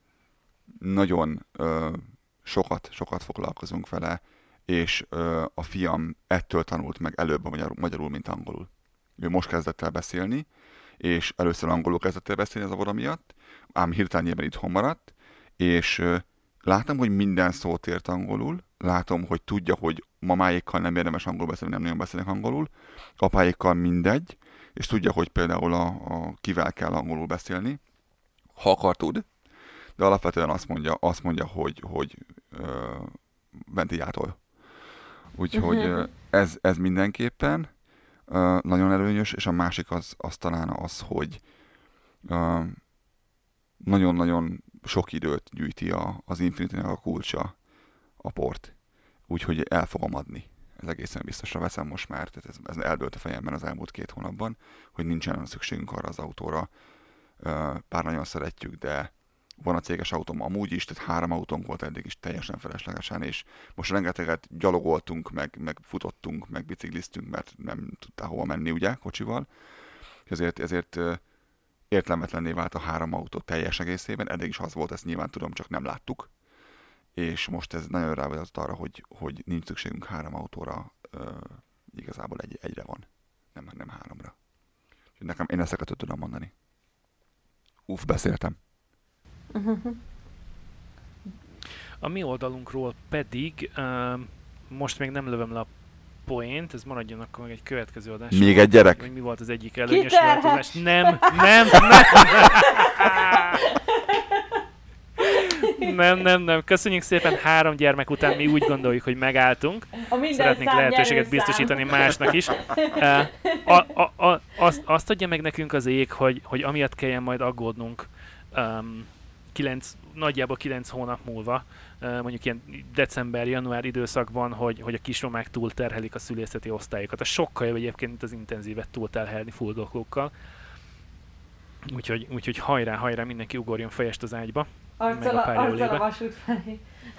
nagyon ö, sokat, sokat foglalkozunk vele, és ö, a fiam ettől tanult meg előbb a magyarul, magyarul, mint angolul. Ő most kezdett el beszélni, és először angolul kezdett el beszélni az óra miatt, ám hirtelen nyilván itthon maradt, és ö, látom, hogy minden szót ért angolul, látom, hogy tudja, hogy mamáékkal nem érdemes angolul beszélni, nem nagyon beszélnek angolul, apáékkal mindegy, és tudja, hogy például a, a kivel kell angolul beszélni, ha akar tud, de alapvetően azt mondja, azt mondja hogy, hogy ö, ventilátor. Úgyhogy ö, ez, ez mindenképpen ö, nagyon előnyös, és a másik az, az talán az, hogy ö, nagyon-nagyon sok időt gyűjti a, az Infinity-nek a kulcsa a port. Úgyhogy el fogom adni. Ez egészen biztosra veszem most már, tehát ez, ez eldőlt a fejemben az elmúlt két hónapban, hogy nincsen szükségünk arra az autóra, bár nagyon szeretjük, de van a céges autóm amúgy is, tehát három autónk volt eddig is teljesen feleslegesen, és most rengeteget gyalogoltunk, meg, meg futottunk, meg bicikliztünk, mert nem tudtál hova menni, ugye, kocsival. Ezért, ezért értelmetlenné vált a három autó teljes egészében, eddig is az volt, ezt nyilván tudom, csak nem láttuk. És most ez nagyon rávezetett arra, hogy, hogy nincs szükségünk három autóra, ö, igazából egy, egyre van, nem, nem háromra. Nekem, én ezeket tudom mondani. Uff, beszéltem. A mi oldalunkról pedig, uh, most még nem lövöm le a poént, ez maradjon akkor meg egy következő adás. Még egy gyerek? Hogy mi volt az egyik előnyös Kiterhes. változás. Nem, nem, nem. Nem, nem, nem. Köszönjük szépen, három gyermek után mi úgy gondoljuk, hogy megálltunk. A minden Szeretnénk szám lehetőséget nyerő biztosítani szám. másnak is. Uh, a, a, a, azt, azt adja meg nekünk az ég, hogy, hogy amiatt kelljen majd aggódnunk um, kilenc, nagyjából kilenc hónap múlva, uh, mondjuk ilyen december-január időszakban, hogy, hogy a kisromák túlterhelik a szülészeti osztályokat. A sokkal jobb egyébként, mint az intenzívet túlterhelni fuldoklókkal. Úgyhogy, úgyhogy hajrá, hajrá, mindenki ugorjon fejest az ágyba. Arccal a, arccal a vasút felé.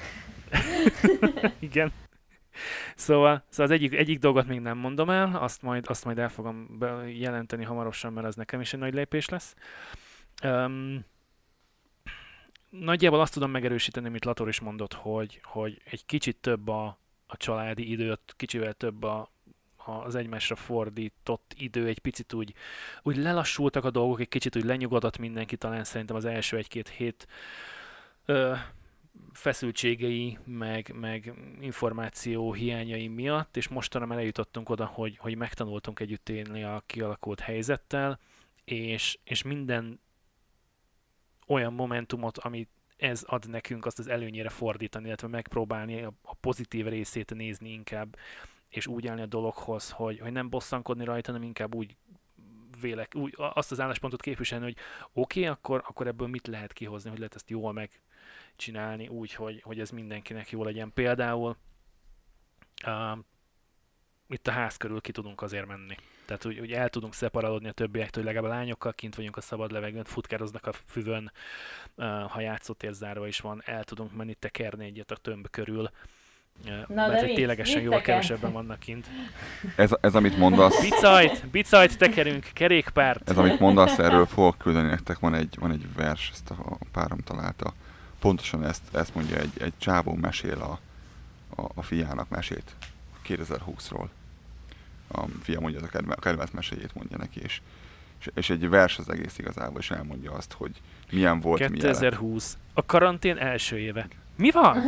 Igen. Szóval, szóval az egyik, egyik dolgot még nem mondom el, azt majd, azt majd el fogom jelenteni hamarosan, mert az nekem is egy nagy lépés lesz. Um, nagyjából azt tudom megerősíteni, amit Lator is mondott, hogy, hogy egy kicsit több a, a családi időt, kicsivel több a, az egymásra fordított idő, egy picit úgy, úgy lelassultak a dolgok, egy kicsit úgy lenyugodott mindenki, talán szerintem az első egy-két hét ö, feszültségei, meg, meg információ hiányai miatt, és mostanra már eljutottunk oda, hogy, hogy megtanultunk együtt élni a kialakult helyzettel, és, és minden olyan momentumot, amit ez ad nekünk, azt az előnyére fordítani, illetve megpróbálni a, a pozitív részét nézni inkább, és úgy állni a dologhoz, hogy, hogy nem bosszankodni rajta, hanem inkább úgy vélek, úgy, azt az álláspontot képviselni, hogy oké, okay, akkor, akkor ebből mit lehet kihozni, hogy lehet ezt jól megcsinálni, úgy, hogy, hogy ez mindenkinek jó legyen. Például uh, itt a ház körül ki tudunk azért menni. Tehát úgy, úgy el tudunk szeparálódni a többiektől, hogy legalább a lányokkal kint vagyunk a szabad levegőn, futkároznak a füvön, uh, ha játszótér zárva is van, el tudunk menni tekerni egyet a tömb körül. Na, mert de hogy ténylegesen mit jóval teker? kevesebben vannak kint. Ez, ez amit mondasz, Bicajt, bicajt tekerünk, kerékpárt. ez amit mondasz, erről fogok küldeni nektek, van egy, van egy vers, ezt a párom találta. Pontosan ezt, ezt mondja, egy, egy csávó mesél a, a, a fiának mesét kétezer-húszról. A fia mondja, a, kedve, a kedvenc meséjét mondja neki, és, és, és egy vers az egész igazából, és elmondja azt, hogy milyen volt, milyen kétezer-húsz. A karantén első éve. Mi van?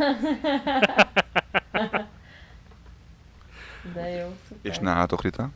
De jó, szuper. És nálatok, Rita?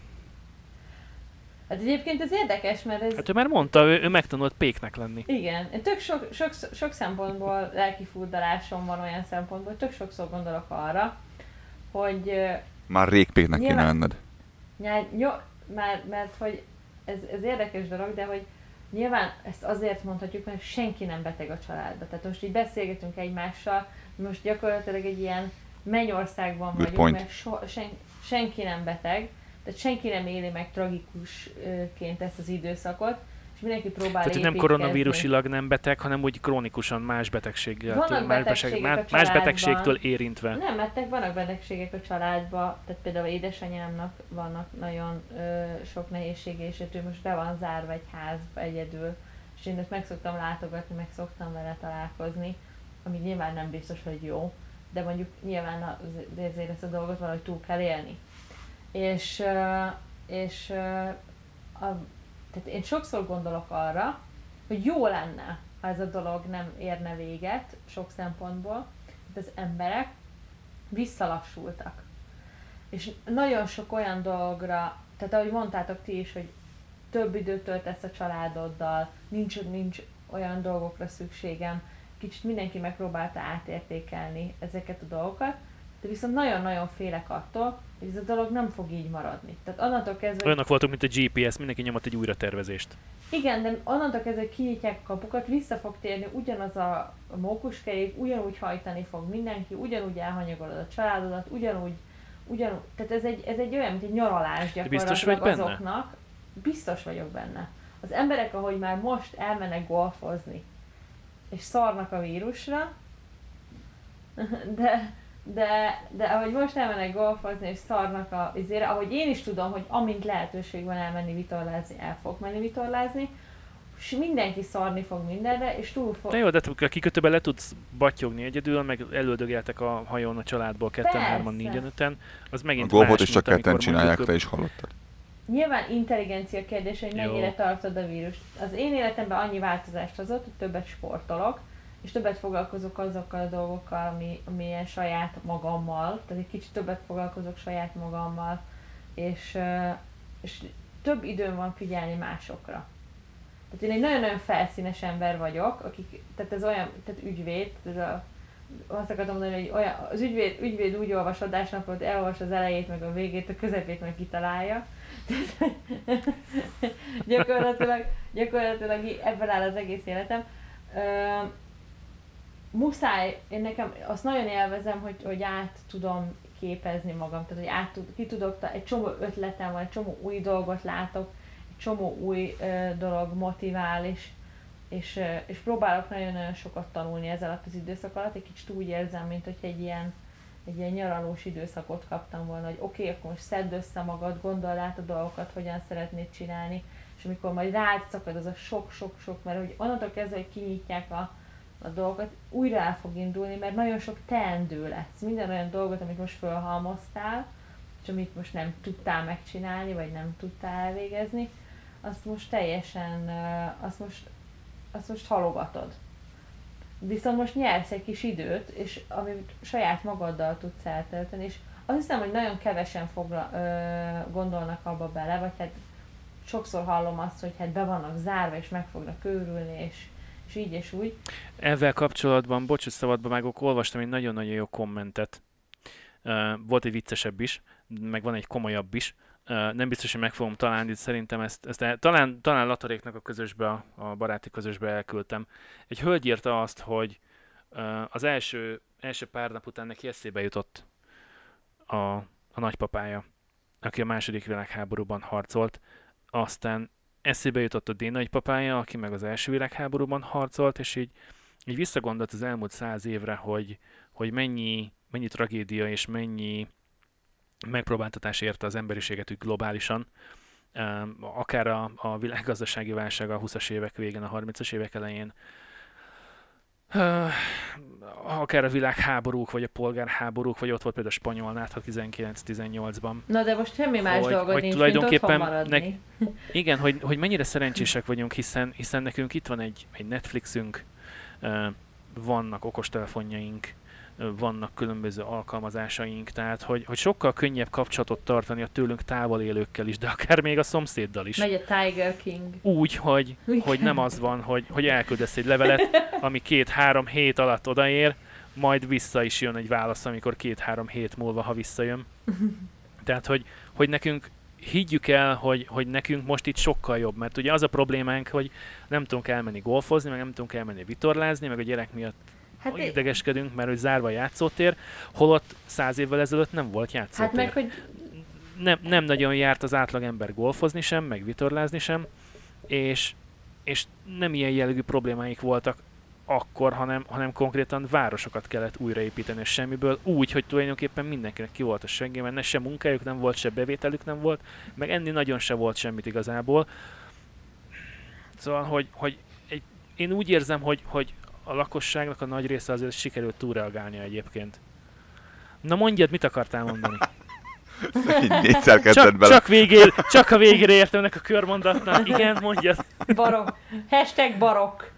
Hát egyébként ez érdekes, mert ez... Hát ő már mondta, ő, ő megtanult péknek lenni. Igen, én tök sok, sok, sok szempontból lelki furdalásom van olyan szempontból, tök sokszor gondolok arra, hogy... Már rég péknek kéne nyilván- lenned. Nyilván, jó, már, mert hogy ez, ez érdekes dolog, de hogy nyilván ezt azért mondhatjuk, mert senki nem beteg a családba. Tehát most így beszélgetünk egymással, most gyakorlatilag egy ilyen mennyországban Good vagyunk, point. mert so, sen, senki nem beteg, tehát senki nem éli meg tragikusként ezt az időszakot, és mindenki próbál Tehát, hogy nem építkezni. koronavírusilag nem beteg, hanem úgy krónikusan más betegséggel, Vannak más, betegségek más, a más családban. betegségtől érintve. Nem, mert vannak betegségek a családban, tehát például édesanyámnak vannak nagyon ö, sok nehézsége, és ő most be van zárva egy házba egyedül, és én ezt meg szoktam látogatni, meg szoktam vele találkozni, ami nyilván nem biztos, hogy jó, de mondjuk nyilván az, ezért ezt a dolgot valahogy túl kell élni. És, ö, és ö, a, tehát én sokszor gondolok arra, hogy jó lenne, ha ez a dolog nem érne véget sok szempontból, hogy az emberek visszalassultak. És nagyon sok olyan dologra, tehát ahogy mondtátok ti is, hogy több időt töltesz a családoddal, nincs, nincs olyan dolgokra szükségem, kicsit mindenki megpróbálta átértékelni ezeket a dolgokat, de viszont nagyon-nagyon félek attól, hogy ez a dolog nem fog így maradni. Tehát onnantól kezdve... Olyanok voltunk, mint a gé pé es, mindenki nyomott egy újratervezést. Igen, de onnantól kezdve, hogy kinyitják a kapukat, vissza fog térni ugyanaz a mókuskerék, ugyanúgy hajtani fog mindenki, ugyanúgy elhanyagolod a családodat, ugyanúgy, ugyanúgy, tehát ez egy, ez egy olyan, mint egy nyaralás biztos vagy gyakorlatilag benne? azoknak. Biztos vagyok benne. Az emberek, ahogy már most elmennek golfozni, és szarnak a vírusra, de, de, de ahogy most elmennek golfozni, és szarnak a vizére, ahogy én is tudom, hogy amint lehetőség van elmenni vitorlázni, el fog menni vitorlázni, és mindenki szarni fog mindenre, és túl fog... De jó, de a kikötőben le tudsz battyogni egyedül, meg elöldögéltek a hajón a családból ketten, Persze. hárman, négyen, öten. Az A megint golfot más, is csak mint ketten amikor csinálják, mondjuk- te is hallottad. Nyilván intelligencia kérdése, hogy Jó. mennyire tartod a vírust. Az én életemben annyi változást hozott, hogy többet sportolok, és többet foglalkozok azokkal a dolgokkal, ami, ami ilyen saját magammal, tehát egy kicsit többet foglalkozok saját magammal, és, és több időm van figyelni másokra. Tehát én egy nagyon-nagyon felszínes ember vagyok, akik, tehát ez olyan, tehát ügyvéd, ez a, azt akartam mondani, hogy olyan, az ügyvéd, ügyvéd úgy olvas adásnapot, elolvas az elejét, meg a végét, a közepét meg kitalálja. gyakorlatilag, gyakorlatilag ebben áll az egész életem. Uh, muszáj, én nekem azt nagyon élvezem, hogy, hogy át tudom képezni magam, tehát hogy át tud, ki tudok, egy csomó ötletem van, egy csomó új dolgot látok, egy csomó új uh, dolog motivál, és, és, uh, és próbálok nagyon-nagyon sokat tanulni ez alatt az időszak alatt, egy kicsit úgy érzem, mint hogy egy ilyen, egy ilyen nyaralós időszakot kaptam volna, hogy oké, okay, akkor most szedd össze magad, gondold át a dolgokat, hogyan szeretnéd csinálni, és amikor majd rád szakad az a sok-sok-sok, mert hogy onnantól kezdve, hogy kinyitják a, a dolgokat, újra el fog indulni, mert nagyon sok teendő lesz. Minden olyan dolgot, amit most fölhalmoztál, és amit most nem tudtál megcsinálni, vagy nem tudtál elvégezni, azt most teljesen, azt most, azt most halogatod. Viszont most nyersz egy kis időt, és amit saját magaddal tudsz eltölteni, és azt hiszem, hogy nagyon kevesen fogla, ö, gondolnak abba bele, vagy hát sokszor hallom azt, hogy hát be vannak zárva, és meg fognak őrülni, és, és így és úgy. Ezzel kapcsolatban, bocs, hogy szabadba vágok, olvastam egy nagyon-nagyon jó kommentet. Uh, volt egy viccesebb is, meg van egy komolyabb is. Uh, nem biztos, hogy meg fogom találni, szerintem ezt, ezt el, talán, talán Lataréknak a közösbe, a baráti közösbe elküldtem. Egy hölgy írta azt, hogy uh, az első, első pár nap után neki eszébe jutott a, a nagypapája, aki a második világháborúban harcolt, aztán eszébe jutott a Dén nagypapája, aki meg az első világháborúban harcolt, és így, így visszagondolt az elmúlt száz évre, hogy, hogy mennyi, mennyi tragédia és mennyi megpróbáltatás érte az emberiséget úgy globálisan, akár a, a világgazdasági válság a húszas évek végén, a harmincas évek elején, akár a világháborúk, vagy a polgárháborúk, vagy ott volt például a spanyol nátha tizenkilenc tizennyolcban. Na de most semmi más hogy, dolgod hogy nincs, tulajdonképpen mint otthon maradni. Nek, igen, hogy, hogy mennyire szerencsések vagyunk, hiszen, hiszen nekünk itt van egy, egy Netflixünk, vannak okostelefonjaink, vannak különböző alkalmazásaink, tehát hogy, hogy sokkal könnyebb kapcsolatot tartani a tőlünk távol élőkkel is, de akár még a szomszéddal is. Megy a Tiger King. Úgy, hogy, hogy nem az van, hogy, hogy elküldesz egy levelet, ami két-három hét alatt odaér, majd vissza is jön egy válasz, amikor két-három hét múlva, ha visszajön. Tehát, hogy, hogy nekünk higgyük el, hogy, hogy nekünk most itt sokkal jobb, mert ugye az a problémánk, hogy nem tudunk elmenni golfozni, meg nem tudunk elmenni vitorlázni, meg a gyerek miatt hát idegeskedünk, mert hogy zárva a játszótér, holott száz évvel ezelőtt nem volt játszótér. Hát meg, hogy... nem, nem nagyon járt az átlagember golfozni sem, meg vitorlázni sem, és, és nem ilyen jellegű problémáik voltak akkor, hanem, hanem konkrétan városokat kellett újraépíteni a semmiből, úgy, hogy tulajdonképpen mindenkinek ki volt a seggé, mert ne se munkájuk nem volt, se bevételük nem volt, meg enni nagyon se volt semmit igazából. Szóval, hogy, hogy egy, én úgy érzem, hogy, hogy a lakosságnak a nagy része azért sikerült túlreagálnia egyébként. Na mondjad, mit akartál mondani? Négyszer kezdett csak, bele. Csak, végér, csak a végére értem ennek a körmondatnak. Igen, mondjad. Barok. Hashtag barok.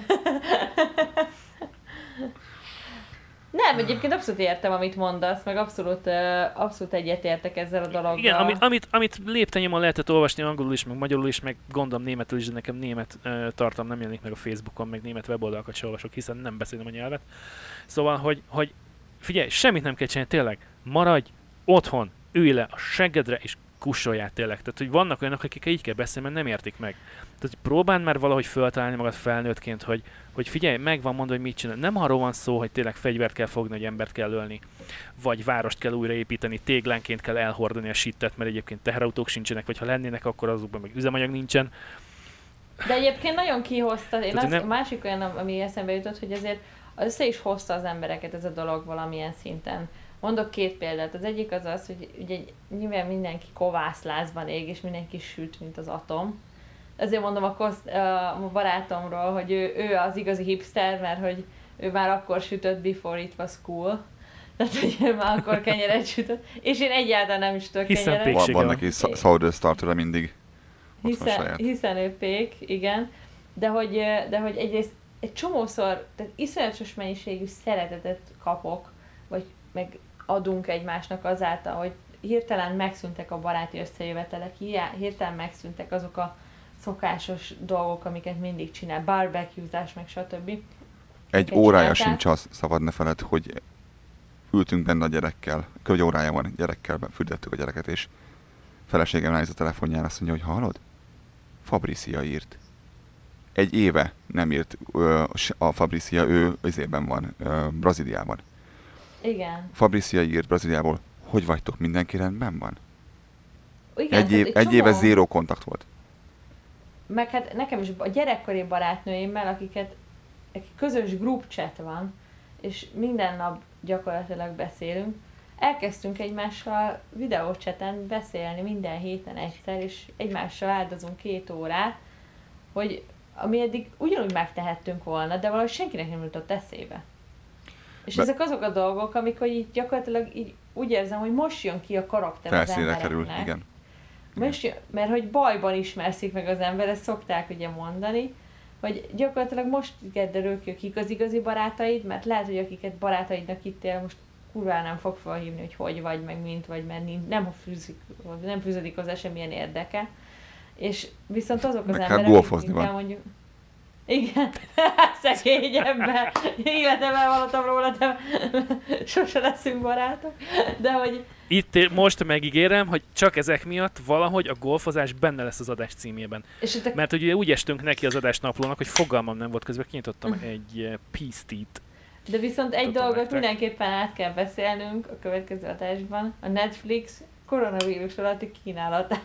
Nem, egyébként abszolút értem, amit mondasz, meg abszolút, abszolút egyetértek ezzel a dologgal. Igen, amit, amit, amit léptenyomon lehetett olvasni angolul is, meg magyarul is, meg gondolom németül is, de nekem német uh, tartalom nem jelenik meg a Facebookon, meg német weboldalakat sem olvasok, hiszen nem beszélem a nyelvet. Szóval, hogy, hogy figyelj, semmit nem kell csinálni, tényleg, maradj otthon, ülj le a seggedre, és kussoljál tényleg. Tehát, hogy vannak olyanok, akik így kell beszélni, mert nem értik meg. Tehát próbáld már valahogy föltalálni magad felnőttként, hogy, hogy figyelj, meg van mondva, hogy mit csinál. Nem arról van szó, hogy tényleg fegyvert kell fogni, hogy embert kell ölni, vagy várost kell újraépíteni, téglánként kell elhordani a sittet, mert egyébként teherautók sincsenek, vagy ha lennének, akkor azokban meg üzemanyag nincsen. De egyébként nagyon kihozta, én Tehát, az, nem... a másik olyan, ami eszembe jutott, hogy azért össze is hozta az embereket ez a dolog valamilyen szinten. Mondok két példát. Az egyik az az, hogy ugye nyilván mindenki kovászlázban ég, és mindenki süt, mint az atom. Ezért mondom a, kosz, a barátomról, hogy ő, ő az igazi hipster, mert hogy ő már akkor sütött before it was cool. Tehát, hogy ő már akkor kenyeret sütött. És én egyáltalán nem is tudok kenyeret. Van, van neki sourdough starter mindig. Hiszen, hiszen ő pék, igen. De hogy, de hogy egyrészt egy csomószor, tehát iszonyatos mennyiségű szeretetet kapok, vagy meg adunk egymásnak azáltal, hogy hirtelen megszűntek a baráti összejövetelek, hirtelen megszűntek azok a szokásos dolgok, amiket mindig csinál, barbecuezás, meg stb. Egy órája sincs az, szabad ne feled, hogy ültünk benne a gyerekkel, egy órája van, gyerekkel fürdettük a gyereket, és feleségem ránéz a telefonjára, azt mondja, hogy hallod? Fabricia írt. Egy éve nem írt ö, a Fabricia, ő izében van, ö, Brazíliában. Igen. Fabricia írt Brazíliából, hogy vagytok, mindenki rendben van? Igen, egy év, egy, egy csomó... éve zéró kontakt volt. Meg hát nekem is a gyerekkori barátnőimmel, akiket akik közös group chat van, és minden nap gyakorlatilag beszélünk, elkezdtünk egymással videóchaten beszélni minden héten egyszer, és egymással áldozunk két órát, hogy ami eddig ugyanúgy megtehettünk volna, de valahogy senkinek nem jutott eszébe. És Be... ezek azok a dolgok, amikor így gyakorlatilag így úgy érzem, hogy most jön ki a karakter az embereknek. kerül, igen. Most jön, mert hogy bajban ismerszik meg az ember, ezt szokták ugye mondani, hogy gyakorlatilag most derül ki, kik az igazi barátaid, mert lehet, hogy akiket barátaidnak hittél, most kurván nem fog felhívni, hogy hogy vagy, meg mint vagy, mert nem, fűzik, nem fűződik hozzá semmilyen érdeke. És viszont azok az meg emberek, akikkel mondjuk... Igen, szegény ember, életemben hallottam róla, de sose leszünk barátok, de hogy... Itt most megígérem, hogy csak ezek miatt valahogy a golfozás benne lesz az adás címében. És te... Mert hogy ugye úgy estünk neki az adás naplónak, hogy fogalmam nem volt, közben kinyitottam egy Peace Tea-t. De viszont egy dolgot nektek mindenképpen át kell beszélnünk a következő adásban, a Netflix koronavírus alatti kínálatát.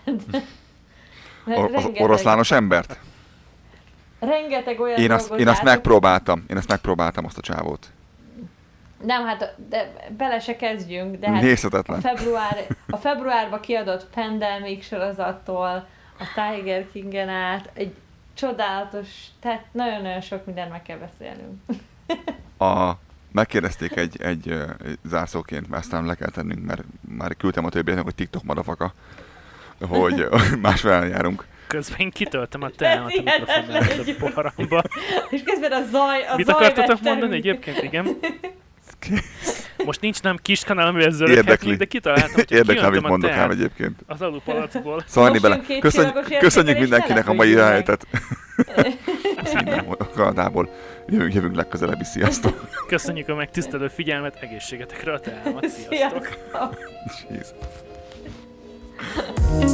Or- az oroszlános embert? Rengeteg olyan én azt, én azt megpróbáltam, én azt megpróbáltam azt a csávót. Nem, hát de bele se kezdjünk, de hát nézhetetlen. A, február, a februárban kiadott Pandemic sorozattól, a Tiger King-en át, egy csodálatos, tehát nagyon-nagyon sok mindent meg kell beszélnünk. A, megkérdezték egy, egy, egy zárszóként, mert aztán le kell tennünk, mert már küldtem a többieknek, hogy TikTok madafaka, hogy másfél járunk. Közben én kitöltem a teámat a mikrofonnál a poharamba. És közben a zaj, a Mit zaj akartatok mondani egyébként, igen? Most nincs nem kis kanál, amivel zöröghetnék, de kitaláltam, hogy érdekel, amit mondok ám egyébként. Az alupalacból. Szólni bele. Köszönjük, köszönjük mindenkinek a mai jelenlétet. Kanadából. Jövünk, jövünk legközelebbi. Sziasztok! Köszönjük a megtisztelő figyelmet, egészségetekre a teámat. Sziasztok! Sziasztok.